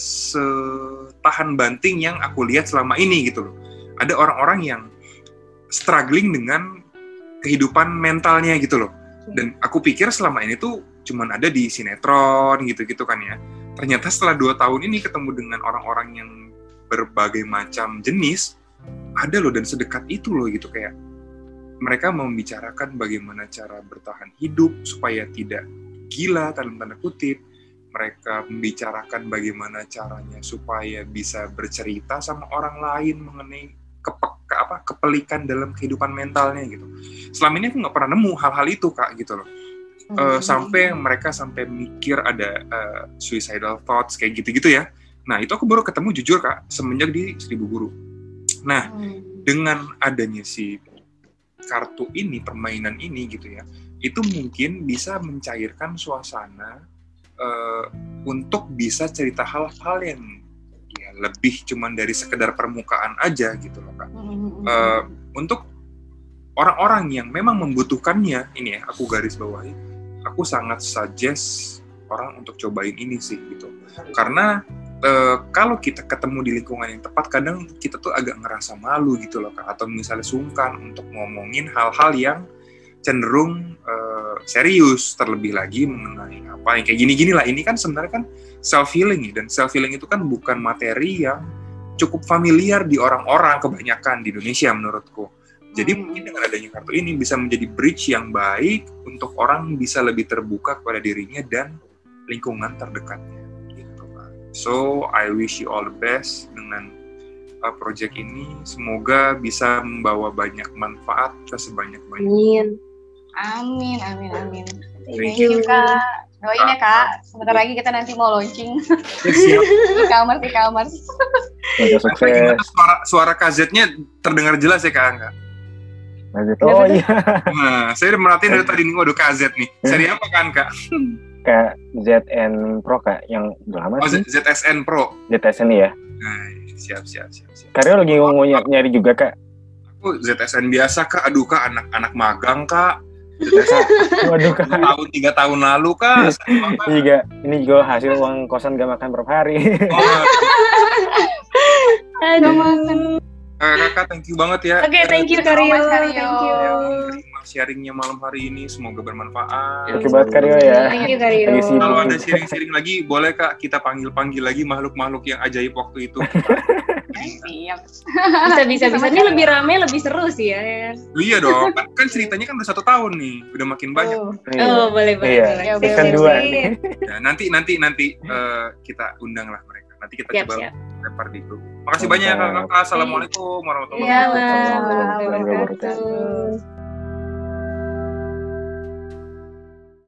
setahan banting yang aku lihat selama ini gitu loh. Ada orang-orang yang struggling dengan kehidupan mentalnya gitu loh. Dan aku pikir selama ini tuh cuman ada di sinetron gitu-gitu kan ya. Ternyata setelah dua tahun ini ketemu dengan orang-orang yang berbagai macam jenis, ada loh, dan sedekat itu loh gitu, kayak mereka membicarakan bagaimana cara bertahan hidup supaya tidak gila, dalam tanda kutip. Mereka membicarakan bagaimana caranya supaya bisa bercerita sama orang lain mengenai kepe, ke apa, kepelikan dalam kehidupan mentalnya gitu. Selama ini aku nggak pernah nemu hal-hal itu Kak gitu loh. Uh, sampai mereka sampai mikir ada uh, suicidal thoughts kayak gitu-gitu ya. Nah itu aku baru ketemu jujur Kak semenjak di Seribu Guru. Nah hmm. dengan adanya si kartu ini, permainan ini gitu ya, itu mungkin bisa mencairkan suasana uh, untuk bisa cerita hal-hal yang ya, lebih cuman dari sekedar permukaan aja gitu loh Kak. Uh, untuk orang-orang yang memang membutuhkannya, ini ya aku garis bawahi, aku sangat suggest orang untuk cobain ini sih gitu. Karena e, kalau kita ketemu di lingkungan yang tepat, kadang kita tuh agak ngerasa malu gitu loh Kak, atau misalnya sungkan untuk ngomongin hal-hal yang cenderung e, serius, terlebih lagi mengenai apa yang kayak gini-gini lah. Ini kan sebenarnya kan self healing ya, dan self healing itu kan bukan materi yang cukup familiar di orang-orang kebanyakan di Indonesia menurutku. Jadi mungkin dengan adanya kartu ini bisa menjadi bridge yang baik untuk orang bisa lebih terbuka kepada dirinya dan lingkungan terdekatnya. Gitu, Pak. So I wish you all the best dengan uh, project ini. Semoga bisa membawa banyak manfaat ke sebanyak-banyaknya. Amin. Amin, amin, amin. Thank Thank you Kak. Doain ya Kak. Sebentar lagi kita nanti mau launching. Siap. E-commerce, e-commerce. Sukses. Suara, suara K Z-nya terdengar jelas ya Kak Angga? Oh iya. Nah, saya udah merhatiin dari tadi nih, waduh K Z nih. Seri apa kan Kak? Kayak Z N Pro Kak, yang udah lama Oh, sih. Z S N Pro. Z S N ya. Nah, siap, siap, siap, siap. Karena lagi mau nyari juga Kak. Aku Z S N biasa Kak, aduh Kak, anak-anak magang Kak. Z S N Waduh Kak. Tahun tiga tahun lalu Kak. Ini juga, ini juga hasil uang kosan gak makan per hari. Oh, Aduh. Uh, kakak, thank you banget ya. Oke, okay, thank you Karyo. Thank you. Terima sharingnya malam hari ini, semoga bermanfaat. Thank you banget Karyo ya. Thank you Karyo. Kalau ada sharing-sharing lagi, boleh Kak kita panggil-panggil lagi makhluk-makhluk yang ajaib waktu itu. Siap. Bisa bisa bisa. Ini lebih rame, lebih seru sih ya. Iya dong, kan, kan ceritanya kan udah satu tahun nih, udah makin banyak. Oh, oh boleh boleh. Iya. boleh. Season dua nih. Ya, nanti nanti nanti uh, kita undang lah mereka. Nanti kita siap, coba siap. lempar di grup. Makasih banyak ya Kakak. Assalamualaikum warahmatullahi Iya, wabarakatuh. warahmatullahi wabarakatuh.